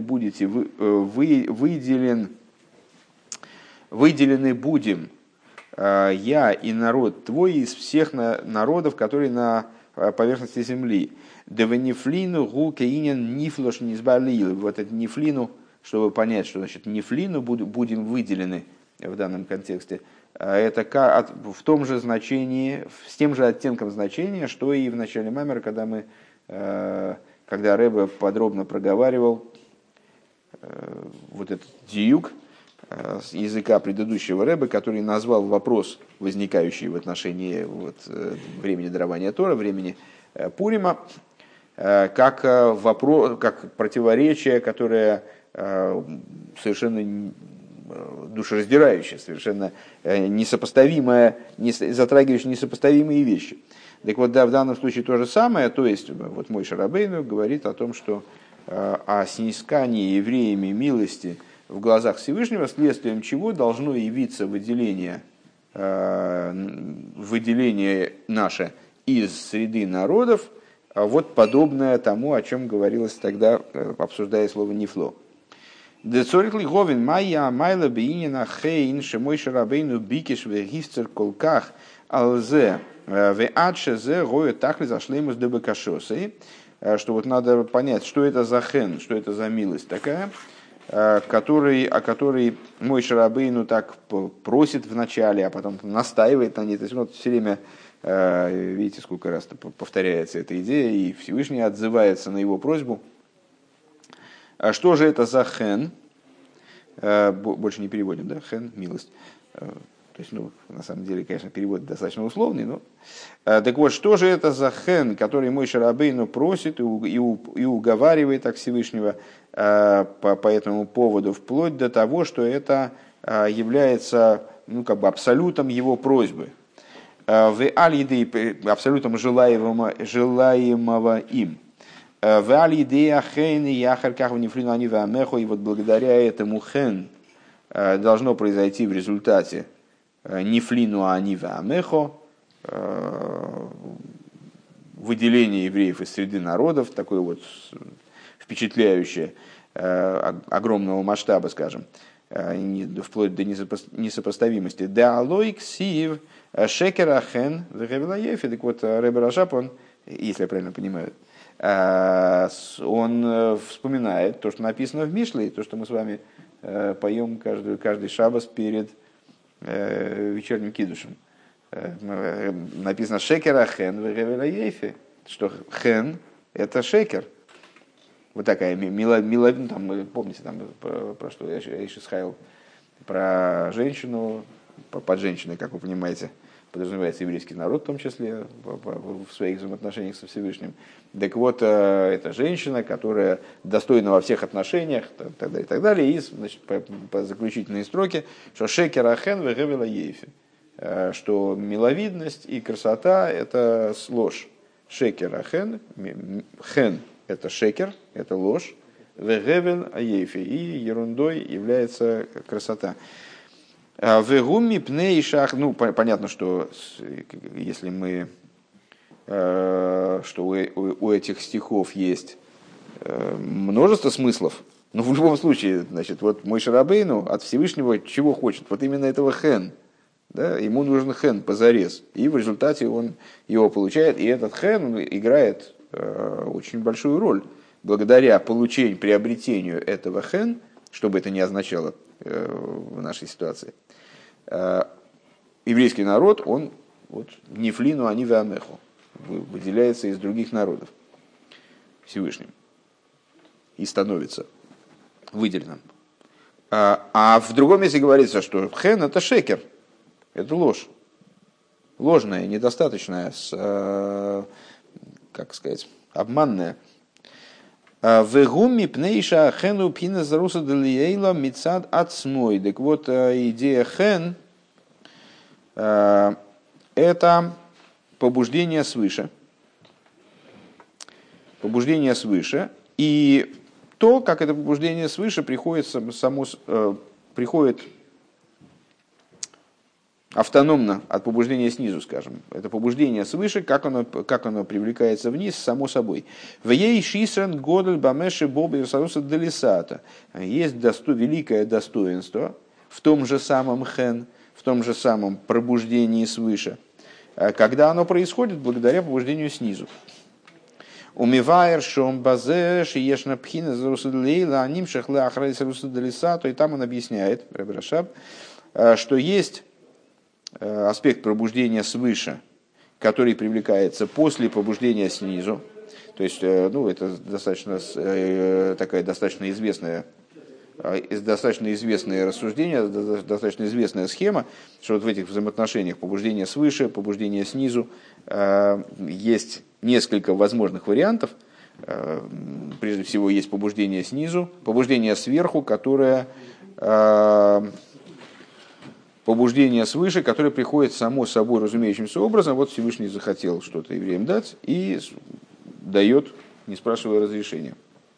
будем я и народ твой из всех народов, которые на поверхности земли. Девенифлину гу кейнен нифлош низбалил. Вот это нифлину, чтобы понять, что значит нифлину, будем выделены в данном контексте. Это в том же значении, с тем же оттенком значения, что и в начале маймера, когда Ребе подробно проговаривал вот этот диюк с языка предыдущего Ребе, который назвал вопрос, возникающий в отношении времени дарования Тора, времени Пурима, как противоречие, которое совершенно душераздирающее, совершенно несопоставимое, затрагивающее несопоставимые вещи. Так вот, да, в данном случае то же самое, то есть вот Моше Рабейну говорит о том, что о снискании евреями милости в глазах Всевышнего, следствием чего должно явиться выделение наше из среды народов, вот подобное тому, о чем говорилось тогда, обсуждая слово «нифло». Децорихли говин майя майла бейнина хейн шемойше рабейну бикиш вегифцер колках алзе веадшезе гою тахли зашлеймус дебекашосы. Что вот надо понять, что это за хен, что это за милость такая, о которой Моше Рабейну так просит в начале, а потом настаивает на ней. То есть вот все время, видите, сколько раз повторяется эта идея, и Всевышний отзывается на его просьбу. Что же это за хен? Больше не переводим, да? Хен – милость. То есть, на самом деле, конечно, перевод достаточно условный, но... Так вот, что же это за хен, который Моше Рабейну просит и уговаривает так Всевышнего по этому поводу, вплоть до того, что это является абсолютом его просьбы. В аль-идей, абсолютом желаемого им. В аль-идея хен и яхар каху нефлину они вамеху, и вот благодаря этому хен должно произойти в результате нефлину они вамехо, выделение евреев из среды народов, такое вот впечатляющее, огромного масштаба, скажем, вплоть до несопоставимости. Деалойк сив шекерахен вегевелаефи. Так вот, Ребе Рашаб, он, если я правильно понимаю, он вспоминает то, что написано в Мишле, то, что мы с вами поем каждый шаббас перед вечерним кидушем. Написано «Шекера хен вегевелаефи», что хен – это шекер. Вот такая миловидная, там, помните, там, про что я сейчас хайл, про женщину, под женщиной, как вы понимаете, подразумевается еврейский народ, в том числе в своих взаимоотношениях со Всевышним. Так вот, это женщина, которая достойна во всех отношениях, и так далее. И, значит, по заключительной строке, что шекер ахен вегевела ейфи, что миловидность и красота – это ложь. Шекер ахен, хен – это шекер, это ложь, вегевел ейфи, и ерундой является красота. Вегуми пней шах, ну понятно, что если мы, что у этих стихов есть множество смыслов, но в любом случае, значит, вот Моше Рабейну от Всевышнего чего хочет? Вот именно этого хен, да? Ему нужен хен позарез, и в результате он его получает, и этот хен играет очень большую роль. Благодаря приобретению этого хен, что бы это ни означало в нашей ситуации, еврейский народ, он вот, нефлину ани веамеху, выделяется из других народов Всевышним и становится выделенным. А в другом месте говорится, что хен – это шекер, это ложь, ложная, недостаточная, как сказать, обманная. Вегуми пнейша хену пина заруса делиейла мицад ацмой. Так вот, идея хен – это побуждение свыше. Побуждение свыше. И то, как это побуждение свыше приходит автономно от побуждения снизу, скажем. Это побуждение свыше, как оно привлекается вниз, само собой. В ей шисрен годель бамеши боби висаруса делисата. Есть великое достоинство в том же самом хен, в том же самом пробуждении свыше, когда оно происходит благодаря побуждению снизу. Умивайр шом базеш ешна пхина заруса делейла аним шахле ахрайс заруса делисата. И там он объясняет, Ребе Рашаб, что есть аспект пробуждения свыше, который привлекается после побуждения снизу. То есть, ну, это достаточно известное рассуждение, достаточно известная схема, что вот в этих взаимоотношениях побуждения свыше, побуждения снизу есть несколько возможных вариантов. Прежде всего, есть побуждение снизу, побуждение сверху, которое побуждение свыше, которое приходит само собой разумеющимся образом. Вот Всевышний захотел что-то евреям дать и дает, не спрашивая разрешения.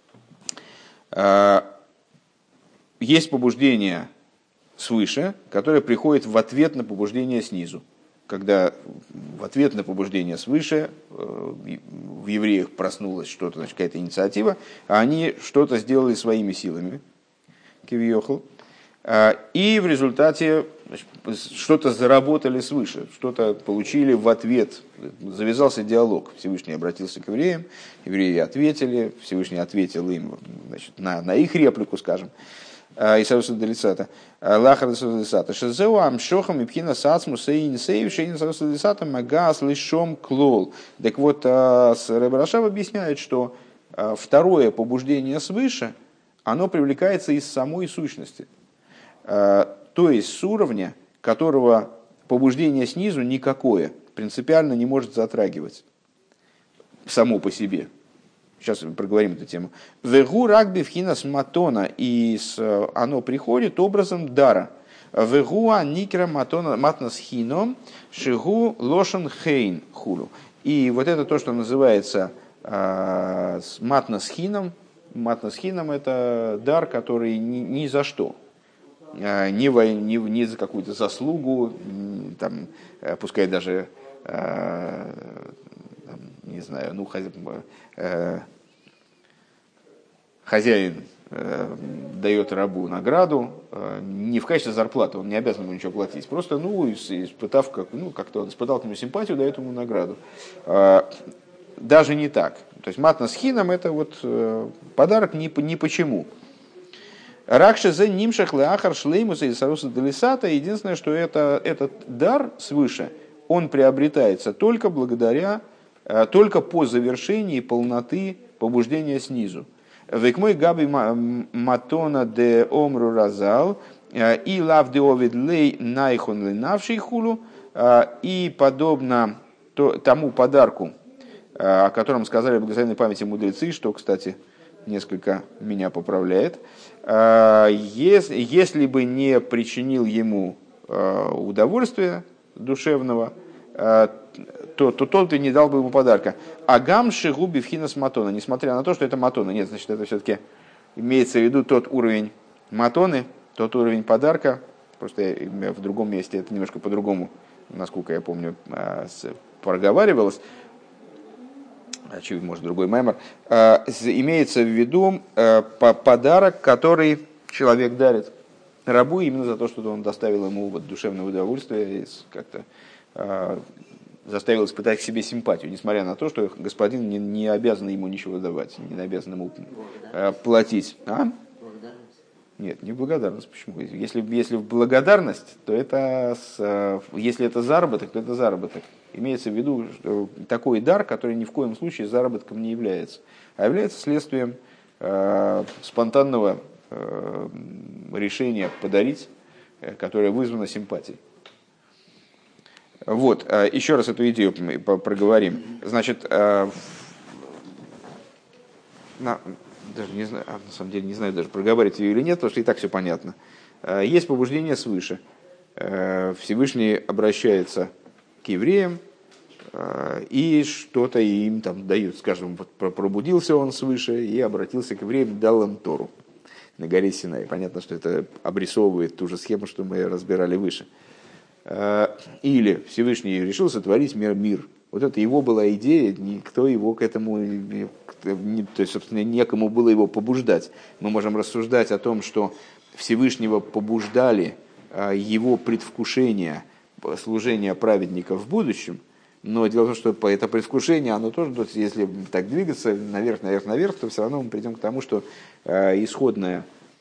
Есть побуждение свыше, которое приходит в ответ на побуждение снизу. Когда в ответ на побуждение свыше в евреях проснулась что-то, значит, какая-то инициатива, а они что-то сделали своими силами, кивьехал, и в результате что-то заработали свыше, что-то получили в ответ. Завязался диалог. Всевышний обратился к евреям, евреи ответили, Всевышний ответил им, значит, на их реплику, скажем. Исаруса Делисата. Лахар Делисата. Шезеу амшохам и пхина сацму сейн сейв шейн Исаруса Делисата магас лишом клол. Так вот, Ребе Рашаб объясняет, что второе побуждение свыше, оно привлекается из самой сущности. То есть с уровня, которого побуждение снизу никакое, принципиально не может затрагивать само по себе. Сейчас проговорим эту тему. Вегу рагби вхинас матона, и оно приходит образом дара. Вегу аникра матона матнас хино шигу лошен хейн хулу. И вот это то, что называется матнас хином. Матнас хином — это дар, который ни за что. Не за какую-то заслугу, там, пускай даже, не знаю, ну, хозяин дает рабу награду, не в качестве зарплаты, он не обязан ему ничего платить, просто, испытав, как-то он испытал к нему симпатию, дает ему награду. Даже не так. То есть матнас хинам это подарок ни почему. Ракши за нимшах леахар шлеймуса и саруса делисата. Единственное, что этот дар свыше, он приобретается только по завершении полноты побуждения снизу. Векмой габи матона де омру разал и лав де овид лей найхон ленавший хулу. И подобно тому подарку, о котором сказали в благословенной памяти мудрецы, что, кстати, несколько меня поправляет, если бы не причинил ему удовольствия душевного, то тот и не дал бы ему подарка. Агам шигуби вхинас матона, несмотря на то, что это матона. Нет, значит, это все-таки имеется в виду тот уровень матоны, тот уровень подарка. Просто в другом месте это немножко по-другому, насколько я помню, проговаривалось. Очевидно, может, другой маймер. Имеется в виду подарок, который человек дарит рабу именно за то, что он доставил ему душевное удовольствие и как-то заставил испытать к себе симпатию, несмотря на то, что господин не обязан ему ничего давать, не обязан ему платить. Нет, не благодарность. Почему? Если в благодарность, то если это заработок, то это заработок. Имеется в виду что такой дар, который ни в коем случае заработком не является, а является следствием спонтанного решения подарить, которое вызвано симпатией. Еще раз эту идею проговорим. Значит, даже не знаю, на самом деле не знаю даже, проговаривать ее или нет, потому что и так все понятно. Есть побуждение свыше. Всевышний обращается к евреям и что-то им там дают. Скажем, пробудился он свыше и обратился к евреям, дал им Тору на горе Синай. Понятно, что это обрисовывает ту же схему, что мы разбирали выше. Или Всевышний решил сотворить мир. Вот это его была идея, никто его к этому, то есть, собственно, некому было его побуждать. Мы можем рассуждать о том, что Всевышнего побуждали его предвкушение служения праведника в будущем, но дело в том, что это предвкушение, оно тоже, если так двигаться наверх, то все равно мы придем к тому, что исходный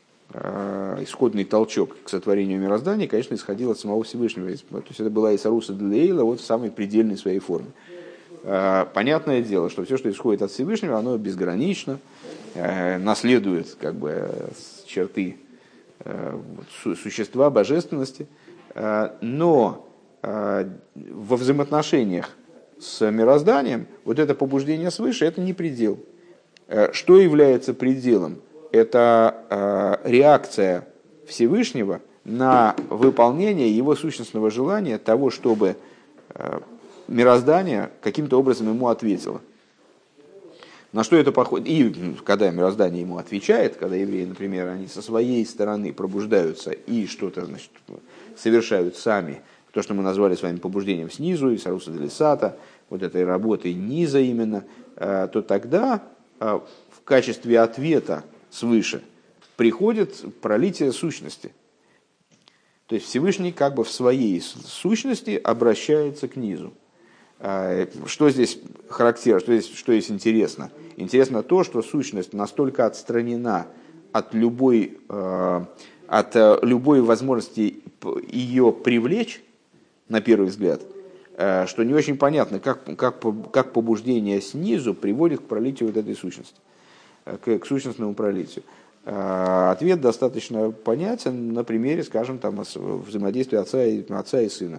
толчок к сотворению мироздания, конечно, исходил от самого Всевышнего. То есть это была Исаруса Делейла в самой предельной своей форме. Понятное дело, что все, что исходит от Всевышнего, оно безгранично, наследует черты существа, божественности, но во взаимоотношениях с мирозданием вот это побуждение свыше – это не предел. Что является пределом? Это реакция Всевышнего на выполнение его сущностного желания того, чтобы мироздание каким-то образом ему ответило. На что это похоже? И когда мироздание ему отвечает, когда евреи, например, они со своей стороны пробуждаются и что-то совершают сами, то, что мы назвали с вами побуждением снизу, и Саруса Делисата, вот этой работой низа именно, то тогда в качестве ответа свыше приходит пролитие сущности. То есть Всевышний в своей сущности обращается к низу. Что здесь характерно, что здесь интересно? Интересно то, что сущность настолько отстранена от любой возможности ее привлечь, на первый взгляд, что не очень понятно, как побуждение снизу приводит к пролитию вот этой сущности, к сущностному пролитию. Ответ достаточно понятен на примере, скажем, взаимодействия отца и сына.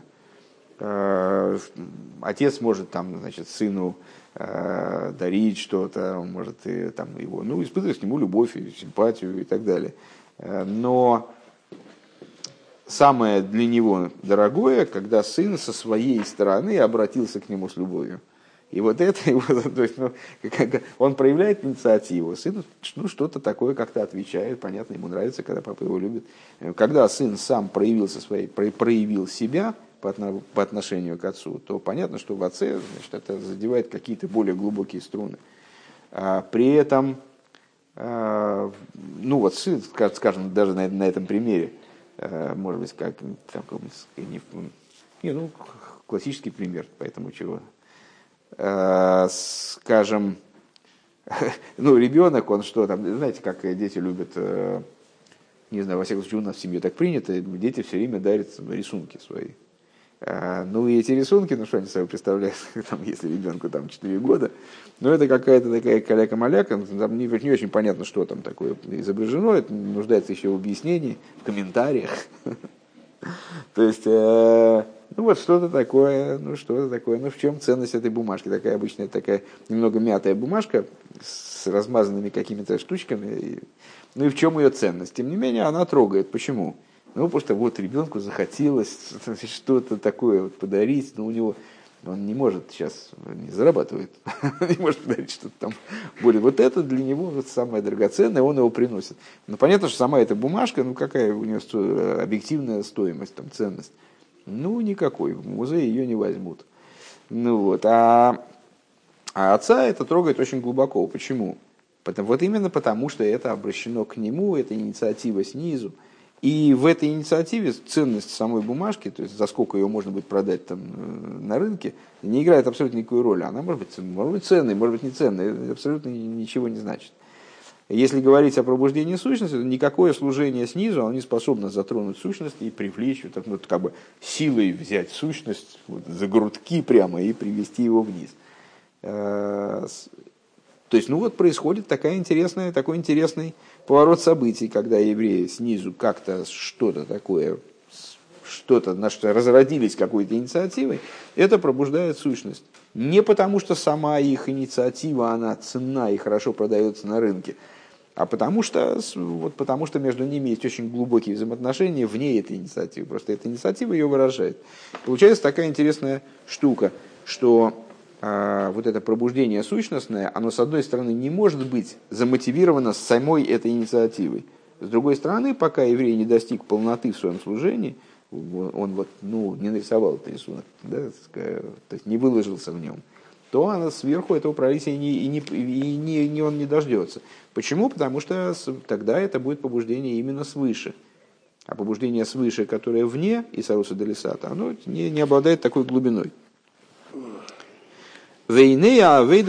Отец может сыну дарить что-то, он может его, испытывать к нему любовь, и симпатию и так далее. Но самое для него дорогое, когда сын со своей стороны обратился к нему с любовью. И вот это, то есть, он проявляет инициативу, сын что-то такое как-то отвечает, понятно, ему нравится, когда папа его любит. Когда сын сам проявил себя по отношению к отцу, то понятно, что в отце это задевает какие-то более глубокие струны. При этом Ну вот, скажем, даже на этом примере, может быть, как там, ну, классический пример, поэтому чего. Скажем, ну, ребенок, он что там, знаете, как дети любят, не знаю, во всяком случае, у нас в семье так принято, дети все время дарят рисунки свои. Ну и эти рисунки, ну что они собой представляют, там, если ребенку там 4 года, ну это какая-то такая каляка-маляка, там не очень понятно, что там такое изображено, это нуждается еще в объяснении, в комментариях. То есть, ну вот что-то такое, ну в чем ценность этой бумажки, такая обычная, такая немного мятая бумажка с размазанными какими-то штучками, ну и в чем ее ценность? Тем не менее, она трогает. Почему? Ну, потому что вот ребенку захотелось что-то такое вот подарить, но у него, он не может сейчас, не зарабатывает, не может подарить что-то там более. Вот это для него вот самое драгоценное, он его приносит. Но понятно, что сама эта бумажка, ну какая у нее объективная стоимость, там, ценность? Ну, никакой, в музее ее не возьмут. Ну вот, а отца это трогает очень глубоко. Почему? Вот именно потому, что это обращено к нему, это инициатива снизу. И в этой инициативе ценность самой бумажки, то есть за сколько ее можно будет продать там на рынке, не играет абсолютно никакой роли. Она может быть ценной, может быть не ценной, это абсолютно ничего не значит. Если говорить о пробуждении сущности, то никакое служение снизу, оно не способно затронуть сущность и привлечь, ну, как бы силой взять сущность вот, за грудки прямо и привести его вниз. То есть, ну вот происходит такой интересный поворот событий, когда евреи снизу как-то что-то такое, на что разродились какой-то инициативой, это пробуждает сущность. Не потому, что сама их инициатива, она ценна и хорошо продается на рынке, а потому что между ними есть очень глубокие взаимоотношения вне этой инициативы. Просто эта инициатива ее выражает. Получается такая интересная штука, что вот это пробуждение сущностное, оно, с одной стороны, не может быть замотивировано самой этой инициативой. С другой стороны, пока еврей не достиг полноты в своем служении, он вот, ну, не нарисовал этот рисунок, да, то есть не выложился в нем, то она сверху этого пролития он не дождется. Почему? Потому что тогда это будет побуждение именно свыше. А побуждение свыше, которое вне Исаруса Делисата, оно не обладает такой глубиной. И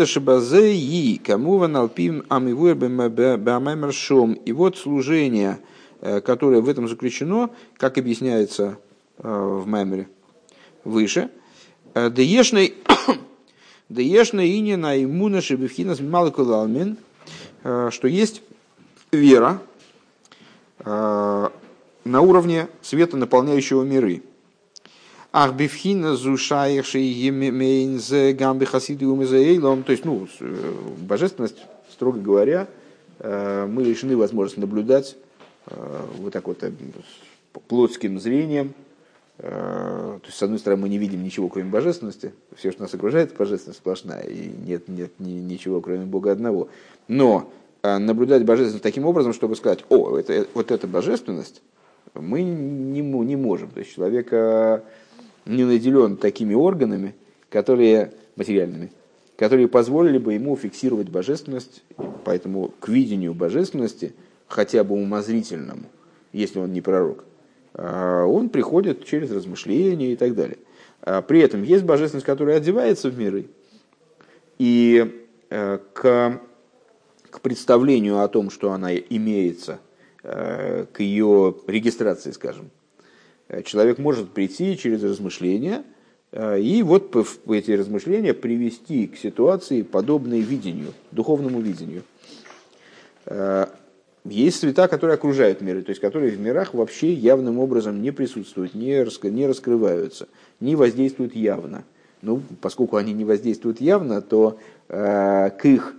вот служение, которое в этом заключено, как объясняется в Маймере выше, что есть вера на уровне света, наполняющего миры. То есть, ну, божественность, строго говоря, мы лишены возможности наблюдать вот так вот плотским зрением. То есть, с одной стороны, мы не видим ничего, кроме божественности. Все, что нас окружает, божественность сплошная, и нет ничего, кроме Бога одного. Но наблюдать божественность таким образом, чтобы сказать, вот эта божественность, мы не можем. То есть, человека не наделен такими органами, материальными, которые позволили бы ему фиксировать божественность, поэтому к видению божественности, хотя бы умозрительному, если он не пророк, он приходит через размышления и так далее. При этом есть божественность, которая одевается в миры, и к представлению о том, что она имеется, к ее регистрации, скажем, человек может прийти через размышления и вот эти размышления привести к ситуации, подобной видению, духовному видению. Есть света, которые окружают миры, то есть которые в мирах вообще явным образом не присутствуют, не раскрываются, не воздействуют явно. Ну, поскольку они не воздействуют явно, то к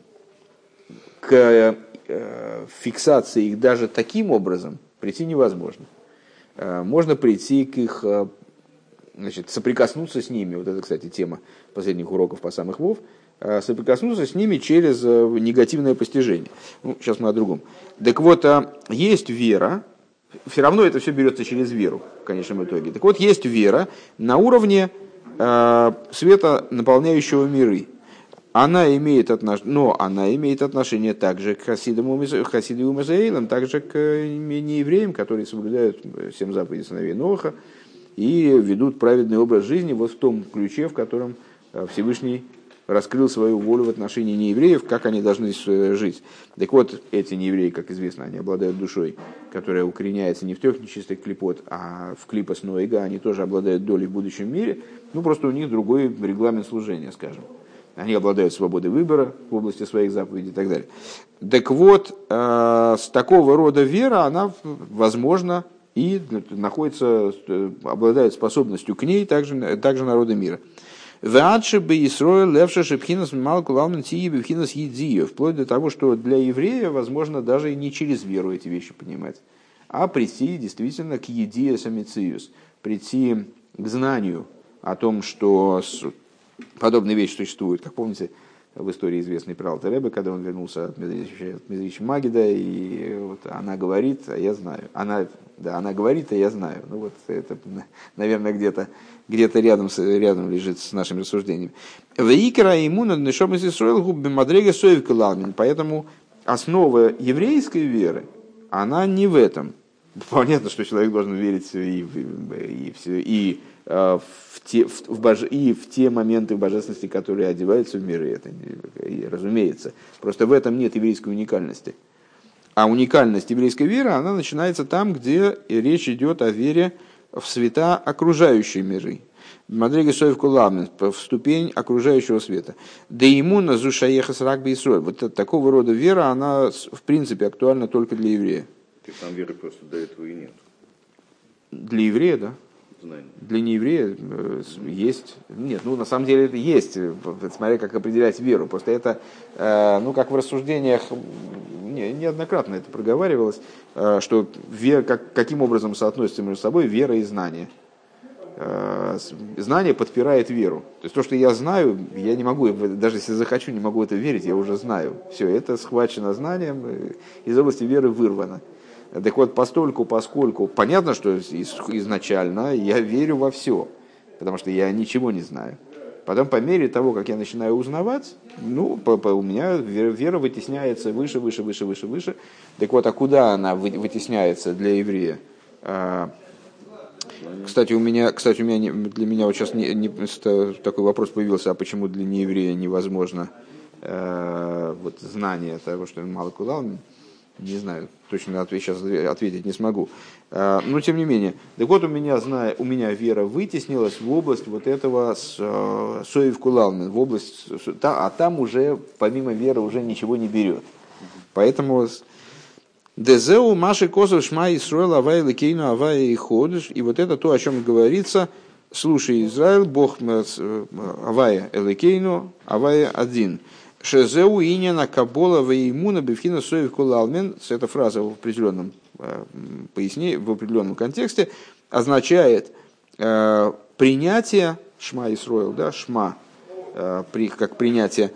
фиксации их даже таким образом прийти невозможно. Можно прийти к их, соприкоснуться с ними, вот это, кстати, тема последних уроков по самых Вов, соприкоснуться с ними через негативное постижение. Ну, сейчас мы о другом. Так вот, есть вера, все равно это все берется через веру, в конечном итоге. Так вот, есть вера на уровне света, наполняющего миры. она имеет отношение также к хасидам Израилам, также к неевреям, которые соблюдают 7 заповедей сыновей Ноха и ведут праведный образ жизни вот в том ключе, в котором Всевышний раскрыл свою волю в отношении неевреев, как они должны жить. Так вот, эти неевреи, как известно, они обладают душой, которая укореняется не в трех нечистых клипот, а в клипос ноига, они тоже обладают долей в будущем мире, просто у них другой регламент служения, скажем. Они обладают свободой выбора в области своих заповедей и так далее. Так вот, с такого рода вера, она, возможно, и обладает способностью к ней также народы мира. Вплоть до того, что для еврея возможно даже и не через веру эти вещи понимать, а прийти действительно к едия самициус, прийти к знанию о том, что подобные вещи существуют. Как помните, в истории известной про Алтер Ребе, когда он вернулся от Медрича Магида, и вот она говорит, а я знаю. Она говорит, а я знаю. Это, наверное, где-то рядом лежит с нашим рассуждением. Поэтому основа еврейской веры, она не в этом. Понятно, что человек должен верить и в те моменты в божественности, которые одеваются в миры. Это, разумеется. Просто в этом нет еврейской уникальности. А уникальность еврейской веры, она начинается там, где речь идет о вере в света окружающей миры. Мадрега Соев Куламен, в ступень окружающего света. Да иммуна зушаехас рак бейсроль. Вот такого рода вера, она в принципе актуальна только для еврея. Так там веры просто до этого и нет. Для еврея, да. Знание. Для нееврея есть. Нет, на самом деле это есть. Смотря как определять веру. Просто это, как в рассуждениях неоднократно это проговаривалось, что каким образом соотносятся между собой вера и знание. Знание подпирает веру. То есть то, что я знаю, я не могу, даже если захочу, не могу это верить, я уже знаю. Все, это схвачено знанием, из области веры вырвано. Так вот, поскольку понятно, что изначально я верю во все, потому что я ничего не знаю. Потом, по мере того, как я начинаю узнавать, у меня вера вытесняется выше. Так вот, а куда она вытесняется для еврея? Кстати, для меня вот сейчас такой вопрос появился, а почему для нееврея невозможно знание того, что он мало кулал? Не знаю, точно сейчас ответить не смогу. Но тем не менее, так вот у меня вера вытеснилась в область вот этого соев кулалмен, в область, а там уже помимо веры уже ничего не берет. Поэтому дезеу маши козов шма Исруэл авай лекейну авай и ходыш, и вот это то, о чем говорится: слушай, Израиль, Бог авай элекейну авай один. Шезеу иняна кабола ваимуна бифхина соев кулалмен. Эта фраза в определенном в определенном контексте означает принятие шма Исруэл, да, шма, как принятие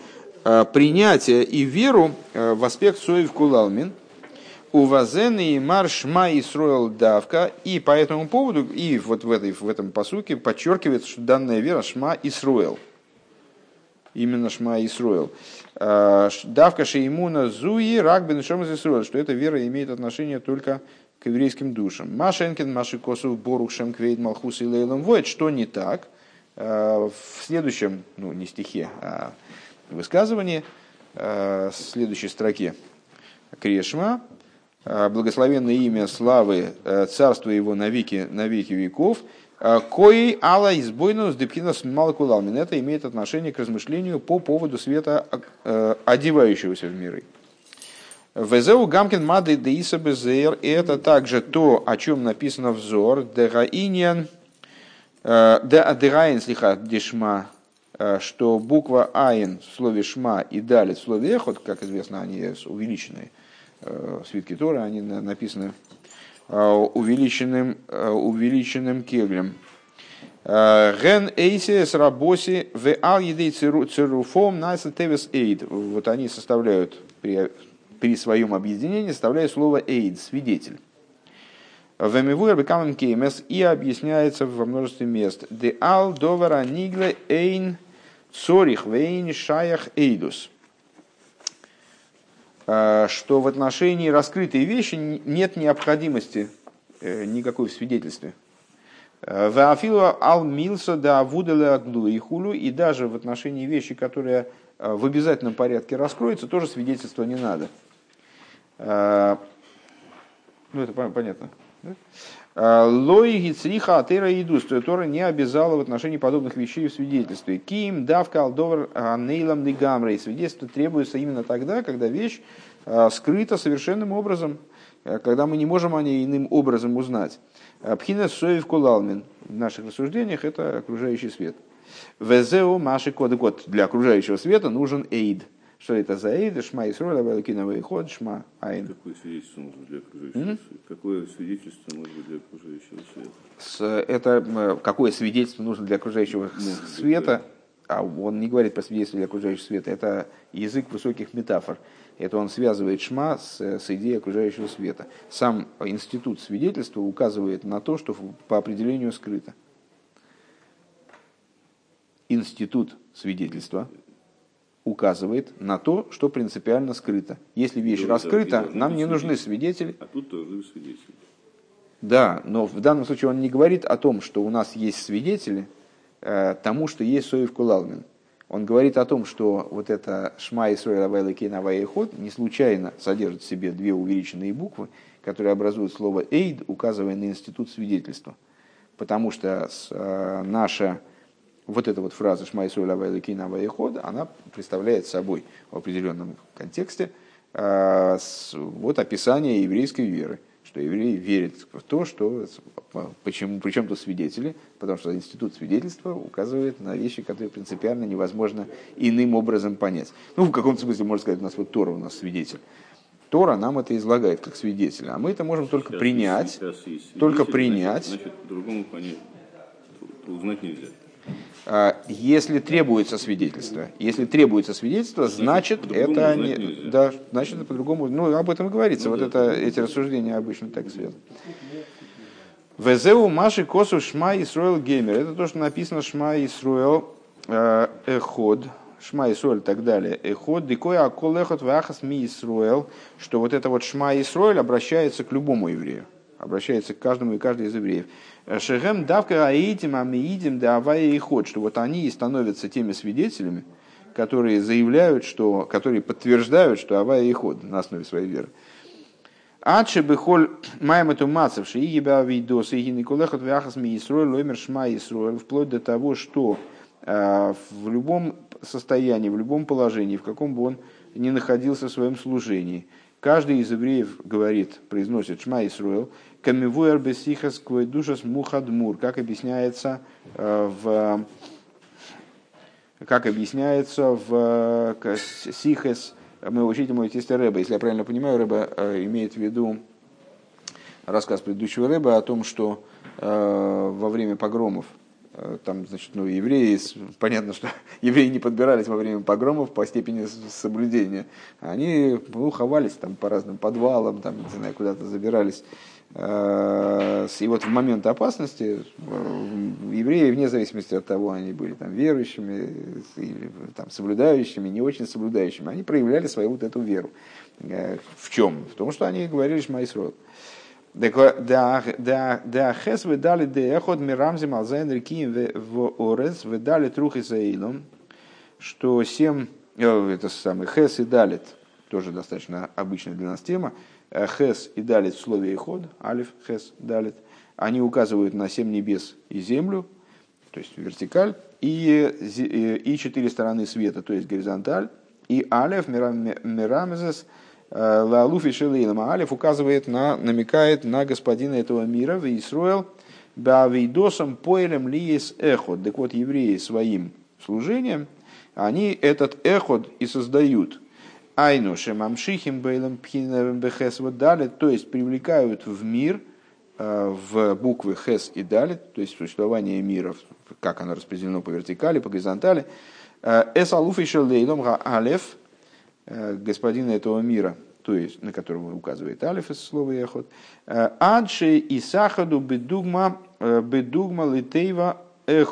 и веру в аспект соев кулалмен. Увазен и мар шма Исруэл давка. И по этому поводу, и вот в этом пасуке подчеркивается, что данная вера шма Исруэл. Именно шма Исруэл. Давка шеймуна зуи рак бен шом из Исруэл, что эта вера имеет отношение только к еврейским душам. Машенкин, Маши Косов, Борух Шемквейд, Малхус и Лейлом Воет. Что не так? В следующем, не стихе, а высказывании, в следующей строке Крешма: благословенное имя славы, царство его на веки веков. Кои ала избойнус депхинас малкулалмин. Это имеет отношение к размышлению по поводу света, одевающегося в миры. Везеу гамкин мады деиса безер. Это также то, о чем написано взор. Дегаиньян дегаин слиха дешма, что буква айн в слове шма и далит в слове эхот, как известно, они увеличены. Свитки Торы, они написаны увеличенным кеглем. Ген эйсис рабоси в ал едей цируфом найса тевес эйд. Вот они составляют при своем объединении составляют слово эйд, свидетель. В эмивуэр бекамем кеймес, и объясняется во множестве мест. Де ал довара нигле эйн цорих вейн шаях эйдус, что в отношении раскрытой вещи нет необходимости никакой в свидетельстве. Ваафила ал милса да вудала глу и хулю, и даже в отношении вещи, которая в обязательном порядке раскроется, тоже свидетельства не надо. Ну, это понятно. Лоиги цриха атера идус, то Тора не обязала в отношении подобных вещей в свидетельстве. Ким давка алдовар нейлам дигамрей. Свидетельство требуется именно тогда, когда вещь скрыта совершенным образом, когда мы не можем о ней иным образом узнать. Пхина соев кулалмин. В наших рассуждениях это окружающий свет. Везеу маши код. Для окружающего света нужен эйд. Что это за эйд? Шма Исроэль, Авайлакиновый ход, Шма Айн. Какое свидетельство нужно для окружающего света? Какое свидетельство может быть для окружающего света? Это какое свидетельство нужно для окружающего света? А он не говорит про свидетельство для окружающего света. Это язык высоких метафор. Это он связывает Шма с идеей окружающего света. Сам институт свидетельства указывает на то, что по определению скрыто. Институт свидетельства указывает на то, что принципиально скрыто. Если вещь раскрыта, нам не нужны свидетели. А тут тоже свидетели. Да, но в данном случае он не говорит о том, что у нас есть свидетели тому, что есть соев кулалмин. Он говорит о том, что вот это Шма Исроэль Авайлакин Авай Эход не случайно содержит в себе две увеличенные буквы, которые образуют слово «эйд», указывая на институт свидетельства. Потому что наша вот эта вот фраза «Шма Исроэль Авайлакин Авай Эход», она представляет собой в определенном контексте вот описание еврейской веры, что евреи верят в то, что... Почему? Причем тут свидетели? Потому что институт свидетельства указывает на вещи, которые принципиально невозможно иным образом понять. Ну, в каком-то смысле, можно сказать, у нас вот Тора у нас свидетель. Тора нам это излагает как свидетель, а мы это можем только принять. Только принять. Значит, по-другому понять, узнать нельзя. Если требуется свидетельство, значит это не, да, значит это по-другому. Ну, об этом и говорится. Вот это, эти рассуждения обычно так связаны. Везеу маши косу Шма Исроэл геймер. Это то, что написано Шма Исроэл эход, Шма Исроэль и так далее. Эход дикоя акол эход вахас ми Исроэл, что вот это вот Шма Исроэль обращается к любому еврею, обращается к каждому и каждой из евреев. Шехем давка аидим амиидим да авая и ход, что вот они и становятся теми свидетелями, которые заявляют, что, которые подтверждают, что авая и ход на основе своей веры. Адши бихоль маем эту мацавши и ебя видос и гинекулехот вяхас ми Исроэль лоймер Шма Исроэль, вплоть до того, что в любом состоянии, в любом положении, в каком бы он ни находился в своем служении, каждый из евреев говорит, произносит Шма Исроэль, камивуэр бесихас квайдушас мухадмур, как объясняется в сихас. Мы учитель мой тесте Рэба, если я правильно понимаю, Рэба имеет в виду рассказ предыдущего Рэба о том, что во время погромов, там, значит, ну, евреи, понятно, что евреи не подбирались во время погромов по степени соблюдения, они ховались там по разным подвалам, там, не знаю, куда-то забирались. И вот в момент опасности евреи, вне зависимости от того, они были там верующими, или там соблюдающими, не очень соблюдающими, они проявляли свою вот эту веру. В чем? В том, что они говорили Шма Исроэль. Да хес вы дали деэход мирамзим алзайн рекием в орез, вы дали трух Исаилом, что это самый хес и далит, тоже достаточно обычная для нас тема. Хес и далит в слове эход, алиф, хес, далит, они указывают на 7 небес и землю, то есть вертикаль, и 4 стороны света, то есть горизонталь, и алиф, мирамезес, лалуф и шелейлам, алиф намекает на господина этого мира, в Исроэл, бавидосом поэлем лиес эход. Так вот, евреи своим служением, они этот эход и создают. Айну шемамшихим бейлам пхиневым бехес вот далит, то есть привлекают в мир в буквы хес и далит, то есть существование мира, как оно распределено по вертикали, по горизонтали. Эс алуф и шелейлом га алеф, господина этого мира, то есть на которого указывает алеф из слова эход. Адши и сахаду бедугма литейва эход.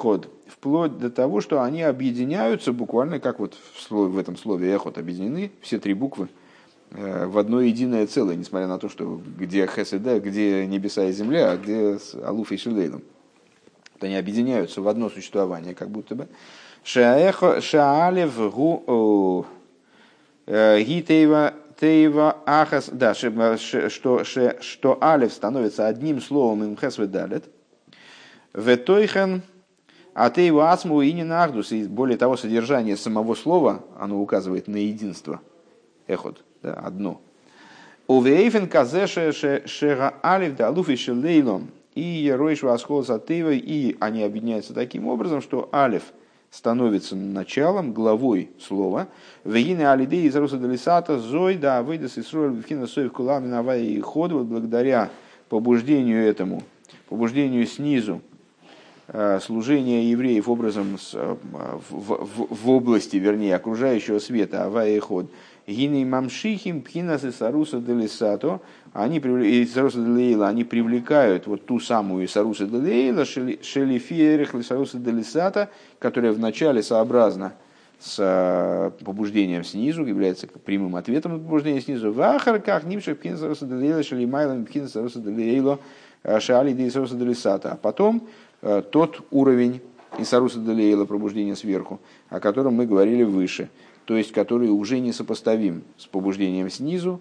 вплоть до того, что они объединяются буквально, как вот в этом слове эхот объединены все три буквы в одно единое целое, несмотря на то, что где хеседа, где небеса и земля, а где алуф и шилейлом. Вот они объединяются в одно существование, как будто бы. Шаалев гу гитеева тейва ахас, да, что алев становится одним словом им хесведалет. Ветойхан а тейва ацму и не нахдус. И более того, содержание самого слова, оно указывает на единство. Эхот, да, одно. Увейфен казеше шега алев да алуф и шелейлом. И ройшва асколс атеева. И они объединяются таким образом, что алев становится началом, главой слова. Вегины алидей из руса делисата зой да выйдас из руэль вхина соев кулами навая и ход. Вот благодаря побуждению этому, побуждению снизу, служение евреев образом в области, вернее, окружающего света, авая и ход. Гины мамшихим пхинас и саруса делисато. Они привлекают вот ту самую Саруса Делейла, Шелифиерих Саруса Делисата, которая вначале сообразна с побуждением снизу, является прямым ответом на побуждение снизу. В Ахарках Нимшах Пхин Саруса Делейла, Шелимайлам Пхин Саруса Делейла, Шали Ди Саруса Делисата. А потом тот уровень Саруса Делейла, пробуждения сверху, о котором мы говорили выше, то есть который уже несопоставим с побуждением снизу,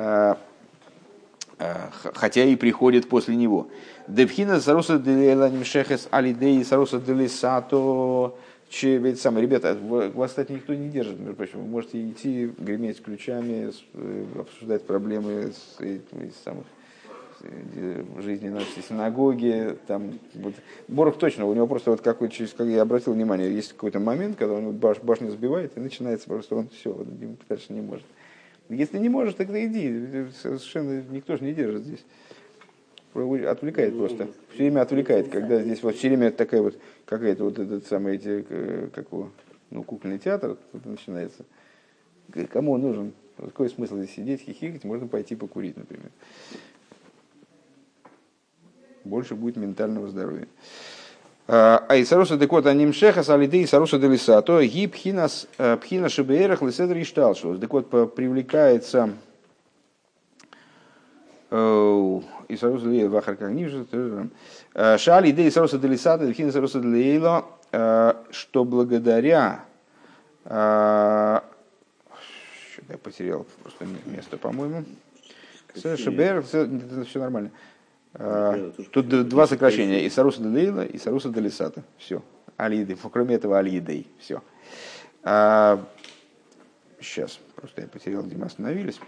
хотя и приходит после него. Девхина Саруса Делейла Нимшехес Алидей Саруса Делисато. Ведь самое, ребята, вас, кстати, никто не держит, между прочим. Вы можете идти, греметь ключами, обсуждать проблемы жизни нашей синагоги. Там, вот. Борох точно, у него просто вот как я обратил внимание, есть какой-то момент, когда он башню сбивает, и начинается просто, он все, дальше не может. Если не можешь, тогда иди. Совершенно никто же не держит здесь. Отвлекает просто. Все время отвлекает, когда здесь вот все время такая вот какая-то вот этот самый кукольный театр тут начинается. Кому он нужен? Какой смысл здесь сидеть, хихикать? Можно пойти покурить, например. Больше будет ментального здоровья. А и саруса декот аним шехас алидей саруса делиса, то ги пхина шебеерах лиседр ишталшус. Декот привлекается и саруса делиса вахарках ниже. Шали идей саруса делиса, пхина саруса делиса, что благодаря я потерял просто место, по-моему. Шебеерах, все нормально. Тут два сокращения: и Саруса Делейла, и Саруса Делисата. Все. Алидей. Кроме этого, Алидей. Все. Сейчас. Просто я потерял, где мы остановились.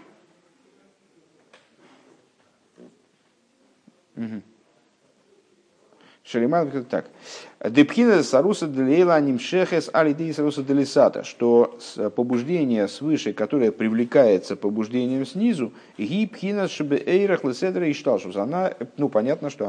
Шалиман, так. Депхина Саруса Делейла Нимшехес Алидей Саруса Делисата. Что побуждение свыше, которое привлекается побуждением снизу, гипхина шебеэйрах леседра и шталшус. Она, понятно, что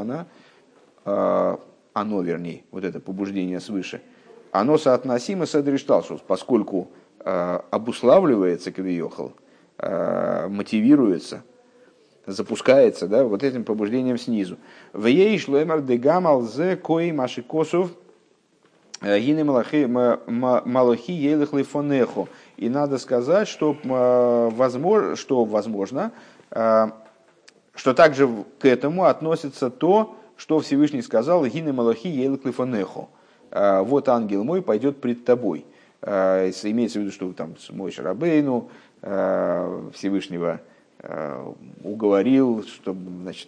оно, вернее, вот это побуждение свыше, оно соотносимо с эдри шталшус, поскольку обуславливается кавиохал, мотивируется, запускается, да, вот этим побуждением снизу. В ей шлемар дегамал зе кои машикосов гины малахи елых лифонехо. И надо сказать, что возможно, что также к этому относится то, что Всевышний сказал: гины малахи елых лифонехо. Вот ангел мой пойдет пред тобой. Имеется в виду, что там Моше Рабейну Всевышнего уговорил, что, значит,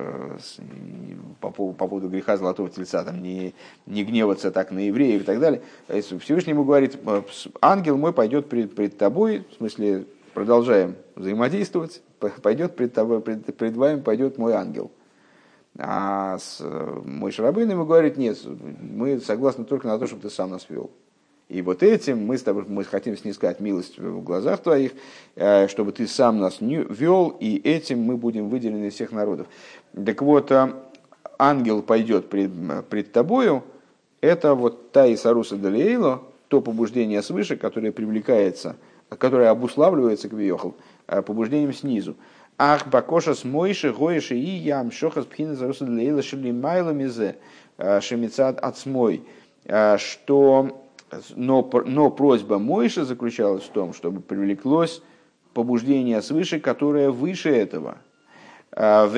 по поводу греха золотого тельца там, не гневаться так на евреев и так далее. Всевышний ему говорит: ангел мой пойдет пред тобой, в смысле, продолжаем взаимодействовать, пойдет пред вами пойдет мой ангел. А Моше Рабейну ему говорит: нет, мы согласны только на то, чтобы ты сам нас вел. И вот этим мы хотим снискать милость в глазах твоих, чтобы ты сам нас вел, и этим мы будем выделены из всех народов. Так вот, ангел пойдет пред тобою, это вот та Исаруса Делейло, то побуждение свыше, которое привлекается, которое обуславливается квиохал побуждением снизу. Ах, бакоша с Мойши, Гоиши и Ям, Шохас Пхина Исаруса Делейло, Шелимайло Мизе, Шемицад Ацмой. но просьба Мойше заключалась в том, чтобы привлеклось побуждение свыше, которое выше этого. А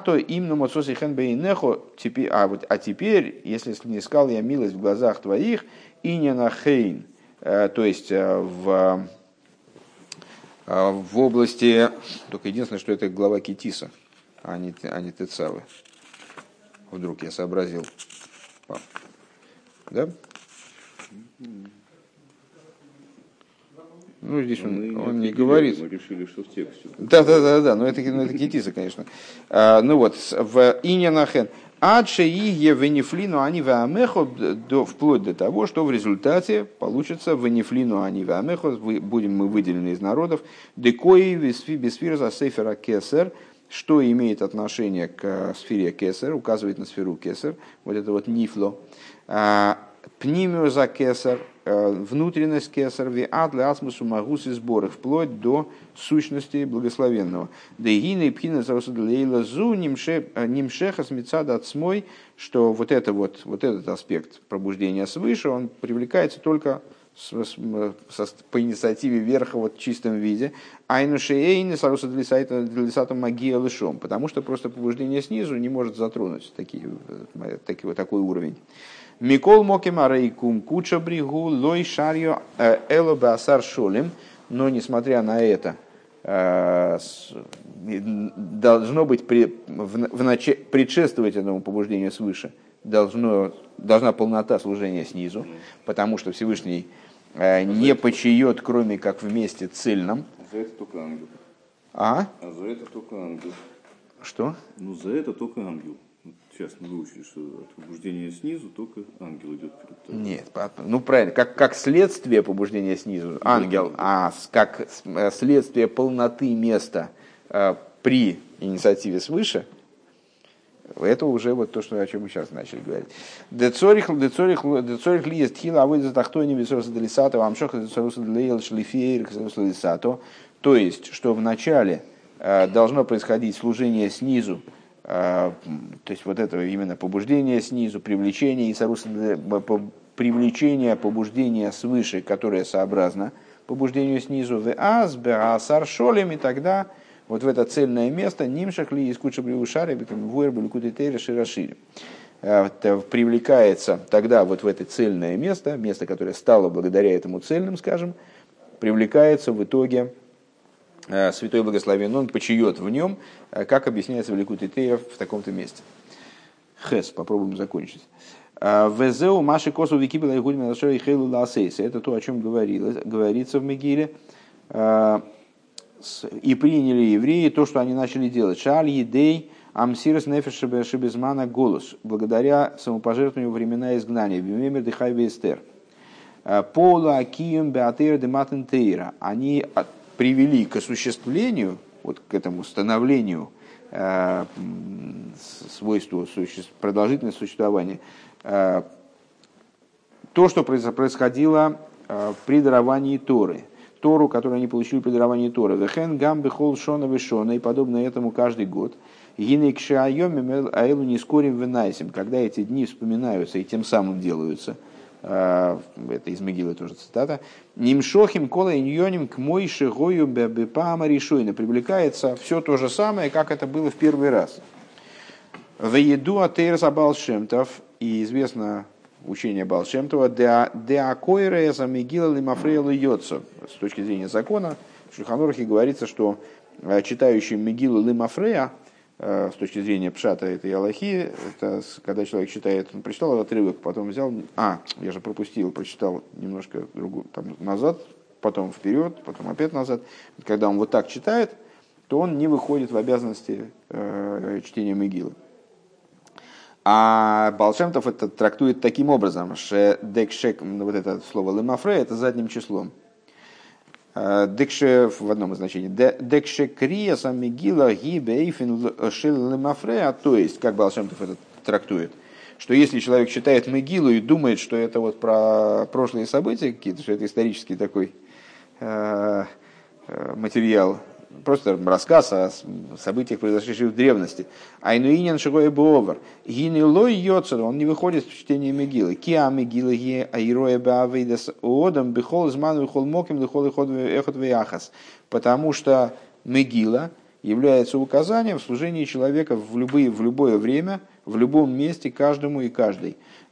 теперь, если не искал я милость в глазах твоих, и не на хейн, то есть в области, только единственное, что это глава Китиса, а не Тецавы. Вдруг я сообразил. Да? Ну, здесь он не говорит. Мы решили, что в тексте. Да, но это Китиса, конечно. Ну вот, в Иньянахен. Адше и венефлину они ваамехо, вплоть до того, что в результате получится венефлину они ваамехо, будем мы выделены из народов, декои бисфир за сейфера кесер, что имеет отношение к сфере кесер, указывает на сферу кесер, вот это вот нифло. Пнимио за кесар, внутренность кесар, виадле асмусу магус и сборах, вплоть до сущности благословенного. Дегина и пхина зарусадлейла зу нимшеха смицада отсмой, что вот этот аспект пробуждения свыше, он привлекается только по инициативе верха в чистом виде, айнушеэйны сарусадлисатом магия лышом, потому что просто побуждение снизу не может затронуть такой уровень. Микол мокимарейкум куча бригу лой шарьо эло басар шолем, но несмотря на это, должно быть предшествовать этому побуждению свыше, должна полнота служения снизу, потому что Всевышний не почиет, кроме как вместе цельном. За это только ангел. А за это только ангел. Что? Ну, за это только ангел. Сейчас мы выучили, что от побуждения снизу только ангел идет перед тобой. Нет, ну правильно, как следствие побуждения снизу ангел, а как следствие полноты места при инициативе свыше, это уже вот то, о чем мы сейчас начали говорить. Децорих лиест хила, а вы за тахтой не висоса делисато, амшоха децоруса делейл шлифеер делисато. То есть, что вначале должно происходить служение снизу, то есть вот это именно побуждение снизу, привлечение побуждения свыше, которое сообразно побуждению снизу, и тогда вот в это цельное место нимшах ли из куча бревушари, привлекается тогда вот в это цельное место, которое стало благодаря этому цельным, скажем, привлекается в итоге Святой Благословен, он почиет в нем, как объясняется в Ликутей Тейра в таком-то месте. Хес, попробуем закончить. Везеу маши косу викибела и гудьма лашер и хейлу ласейса. Это то, о чем говорится в Мегиле. И приняли евреи то, что они начали делать. Шаль едей амсирас нефеш шебезмана голос. Благодаря самопожертвованию времена изгнания. Вимемер дыхай вестер. Пола акием беатер дематен тейра. Они привели к осуществлению, вот к этому становлению свойству продолжительности существования, то, что происходило при даровании Торы. Тору, которую они получили при даровании Торы. Вехен гам бехол шона вешона, и подобно этому каждый год. Гинек шаайом аэлу нискорим венайсим, когда эти дни вспоминаются и тем самым делаются. Это из Мегилы тоже цитата. Нимшохим кола иньоним к мойше гою бепама решойно. Привлекается все то же самое, как это было в первый раз. В еду атеирса Балшемтов, и известно учение Балшемтова, деакойреса Мегила лимафрейлу йоцо. С точки зрения закона, в Шульхан Орухе говорится, что читающий Мегилу лимафрея, с точки зрения пшата этой алахи, это когда человек читает, он прочитал отрывок, потом взял, я же пропустил, прочитал немножко там, назад, потом вперед, потом опять назад. Когда он вот так читает, то он не выходит в обязанности чтения Мегилы. А Баал Шем Тов это трактует таким образом, что декшек, вот это слово лемафре, это задним числом. Декше в одном из значений. Декше крия сам Мегила гибейфин шел лемафре, то есть, как Баал Шем Тов это трактует, что если человек читает Мегилу и думает, что это вот про прошлые события какие-то, что это исторический такой материал, просто рассказ о событиях, произошедших в древности. Айнуинен шигой бовар. Гинилой йоцер, он не выходит в чтение Мегилы. Киа Мегила е айроя баавейдас одам бихол зман бихол моким бихол эхот веяхас. Потому что Мегила является указанием в служении человека в любое время, в любом месте, каждому и каждой.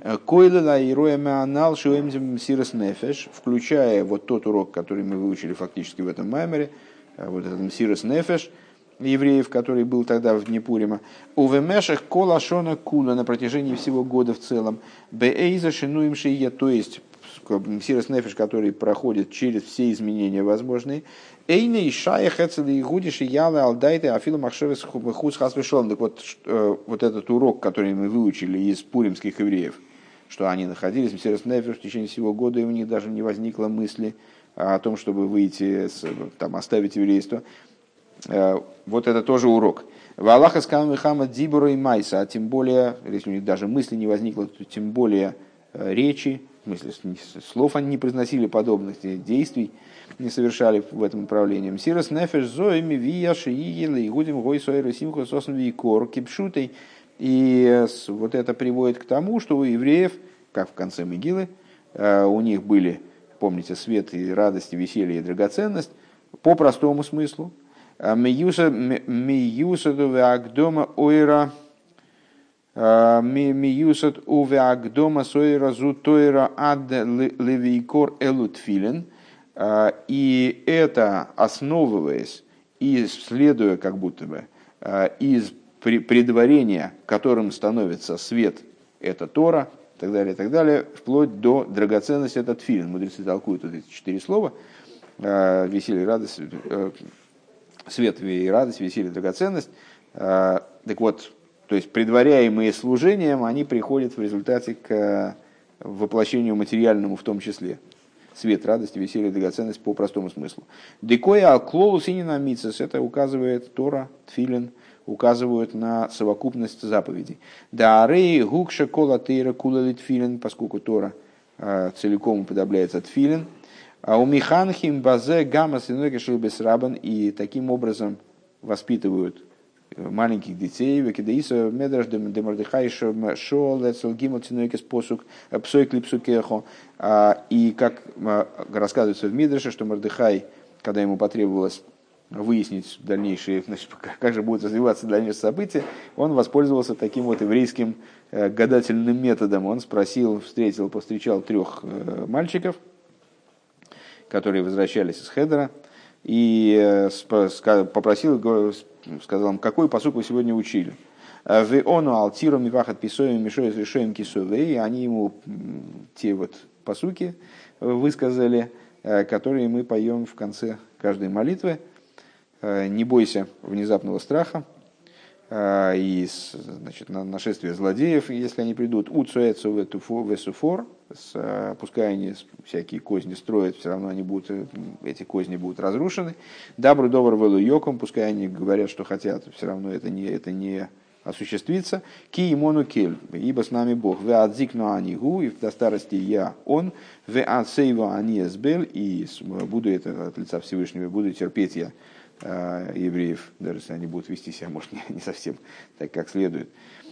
Включая вот тот урок, который мы выучили фактически в этом маймере, вот этот Мсирос Нефеш евреев, который был тогда в дни Пурима, увемешах колашона кула на протяжении всего года в целом, беэйза шинуим шия, то есть Мсирос Нефеш, который проходит через все изменения возможные, эйней шая хэцели игудиши ялы алдайты афилу махшевес хус хасвешолом. Так вот этот урок, который мы выучили из пуримских евреев, что они находились в Мсирос Нефеш в течение всего года, и у них даже не возникло мысли о том, чтобы выйти, оставить еврейство. Вот это тоже урок. В Аллаха сказал Мухаммад Дибура и Майса, а тем более, если у них даже мысли не возникло, то тем более речи, в смысле слов они не произносили подобных действий, не совершали в этом направлении. Мсирос Нефеш зоими вия шиигелы и гудим гой сойры симху сосн викор кипшутой. И вот это приводит к тому, что у евреев, как в конце Мегилы, у них были, помните, свет и радость, и веселье, и драгоценность, по простому смыслу. Миюсад увеагдома сойра зутойра ад левикор элутфилен. И это, основываясь и следуя как будто бы из предварения, которым становится свет, это Тора, и так далее, вплоть до драгоценности, это тфилин. Мудрецы толкуют вот эти 4 слова: веселье, радость, свет и радость, веселье, драгоценность. Так вот, то есть предваряемые служением, они приходят в результате к воплощению материальному в том числе. Свет, радость, веселье, драгоценность по простому смыслу. Декоя алклолу синина мицес, это указывает Тора, тфилин, указывают на совокупность заповедей. Да арей гукша кола тейра кула литфилин, поскольку Тора целиком уподобляется тфилин. А у миханхим базе гамма синеки шилбесрабан, и таким образом воспитывают маленьких детей. Векидаиса медраж демардыхай шо лецел гимл цинойкес посук псой клипсукехо. И как рассказывается в Мидраше, что Мордыхай, когда ему потребовалось выяснить дальнейшие, значит, как же будут развиваться дальнейшие события, он воспользовался таким вот еврейским гадательным методом. Он повстречал 3 мальчиков, которые возвращались из Хедера, и попросил, сказал им: какой пасук вы сегодня учили? В ону алтиром мивахат писоем мишоем решоем кисовей, и они ему те вот пасуки высказали, которые мы поем в конце каждой молитвы. Не бойся внезапного страха и, значит, нашествия злодеев, если они придут. Уцуэцу весуфор, пускай они всякие козни строят, все равно эти козни будут разрушены. Дабру добр велу йоком, пускай они говорят, что хотят, все равно это не осуществится. Ки имону кель, ибо с нами Бог. Ве адзикну анигу, и до старости я он. Ве адсейва ани эсбель, и буду это от лица Всевышнего, буду терпеть я евреев, даже если они будут вести себя, может, не совсем так, как следует.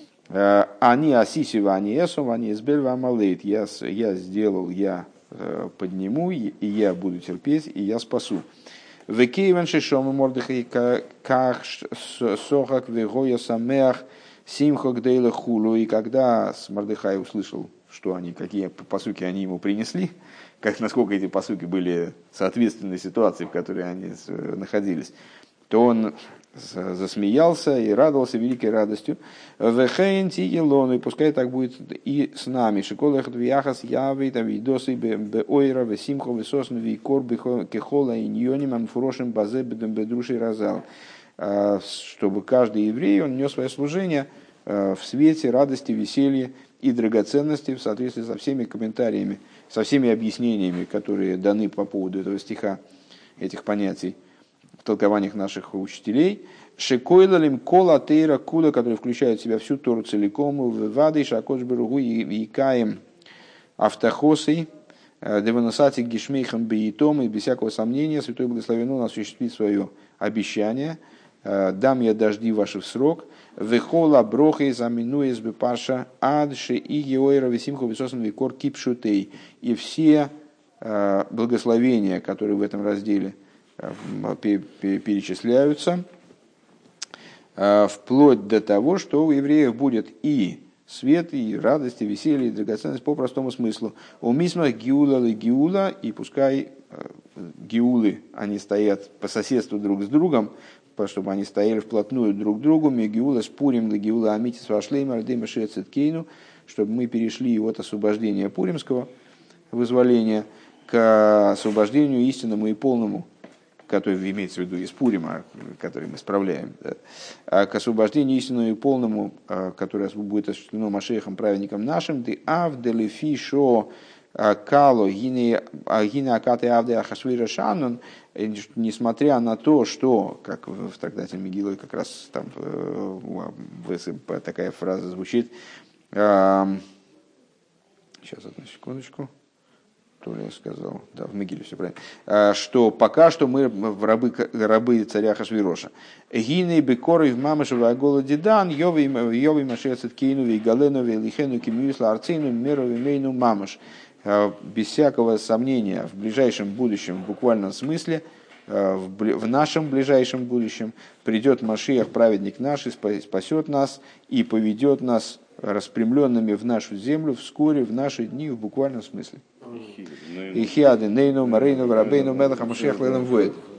Они асисива, они эсов, они эсбель, амалейт. Я сделал, я подниму, и я буду терпеть, и я спасу. Векейвен шишом мордыхай как сохак вегоя самеах симхок дейла хулу. И когда Мордыхай услышал, что какие пасуки они ему принесли, насколько эти пасуки были соответственны ситуации, в которой они находились, то он засмеялся и радовался великой радостью. Вехейнти елону, и пускай так будет и с нами. Шиколехат вияхас явей тавидосы беойра весимхо весосну викор кехола иньоним амфурошим базе бедруши разал. Чтобы каждый еврей, он нес свое служение в свете, радости, веселья и драгоценности в соответствии со всеми комментариями, со всеми объяснениями, которые даны по поводу этого стиха, этих понятий в толкованиях наших учителей. Шекойлалим кола тейра куда, который включает в себя всю Тору целиком, вады шакош беругу и икаем автохосой Деванасати гишмейхам беитом, и без всякого сомнения Святой Благословен Он осуществит свое обещание. Дам я дожди ваши в срок. Вехола брохей заминуес бы парша адши и геойра висимху висосен викор кипшутей. И все благословения, которые в этом разделе перечисляются, вплоть до того, что у евреев будет и свет, и радость, и веселье, и драгоценность по простому смыслу. У мисмах гиула и гиула, и пускай гиулы, они стоят по соседству друг с другом, чтобы они стояли вплотную друг к другу, мегиула спурим для гиула амитис вашлейм ардема шецеткейну, чтобы мы перешли от освобождения пуримского вызволения к освобождению истинному и полному, который имеется в виду из Пурима, который мы справляем, да, к освобождению истинному и полному, которое будет осуществлено Машиахом, праведником нашим, ты авделефи шо кало гине акаты авде ахашвира шанун, несмотря на то, что, как в трактате Мегилой как раз там такая фраза звучит, сейчас, одну секундочку, то ли я сказал, да, в Мегиле все правильно, что пока что мы рабы царя Ахашвироша. Гиней бекорой в мамышева голоде дан, йови машецет кейну и галену лихену кимюсла арцину мерови мейну мамыш. Без всякого сомнения, в ближайшем будущем, в буквальном смысле, в нашем ближайшем будущем придет Машиах, праведник наш, и спасет нас и поведет нас распрямленными в нашу землю вскоре, в наши дни, в буквальном смысле. Ихиады нейну марейну варабейну мелаха Машиах лелем воэд.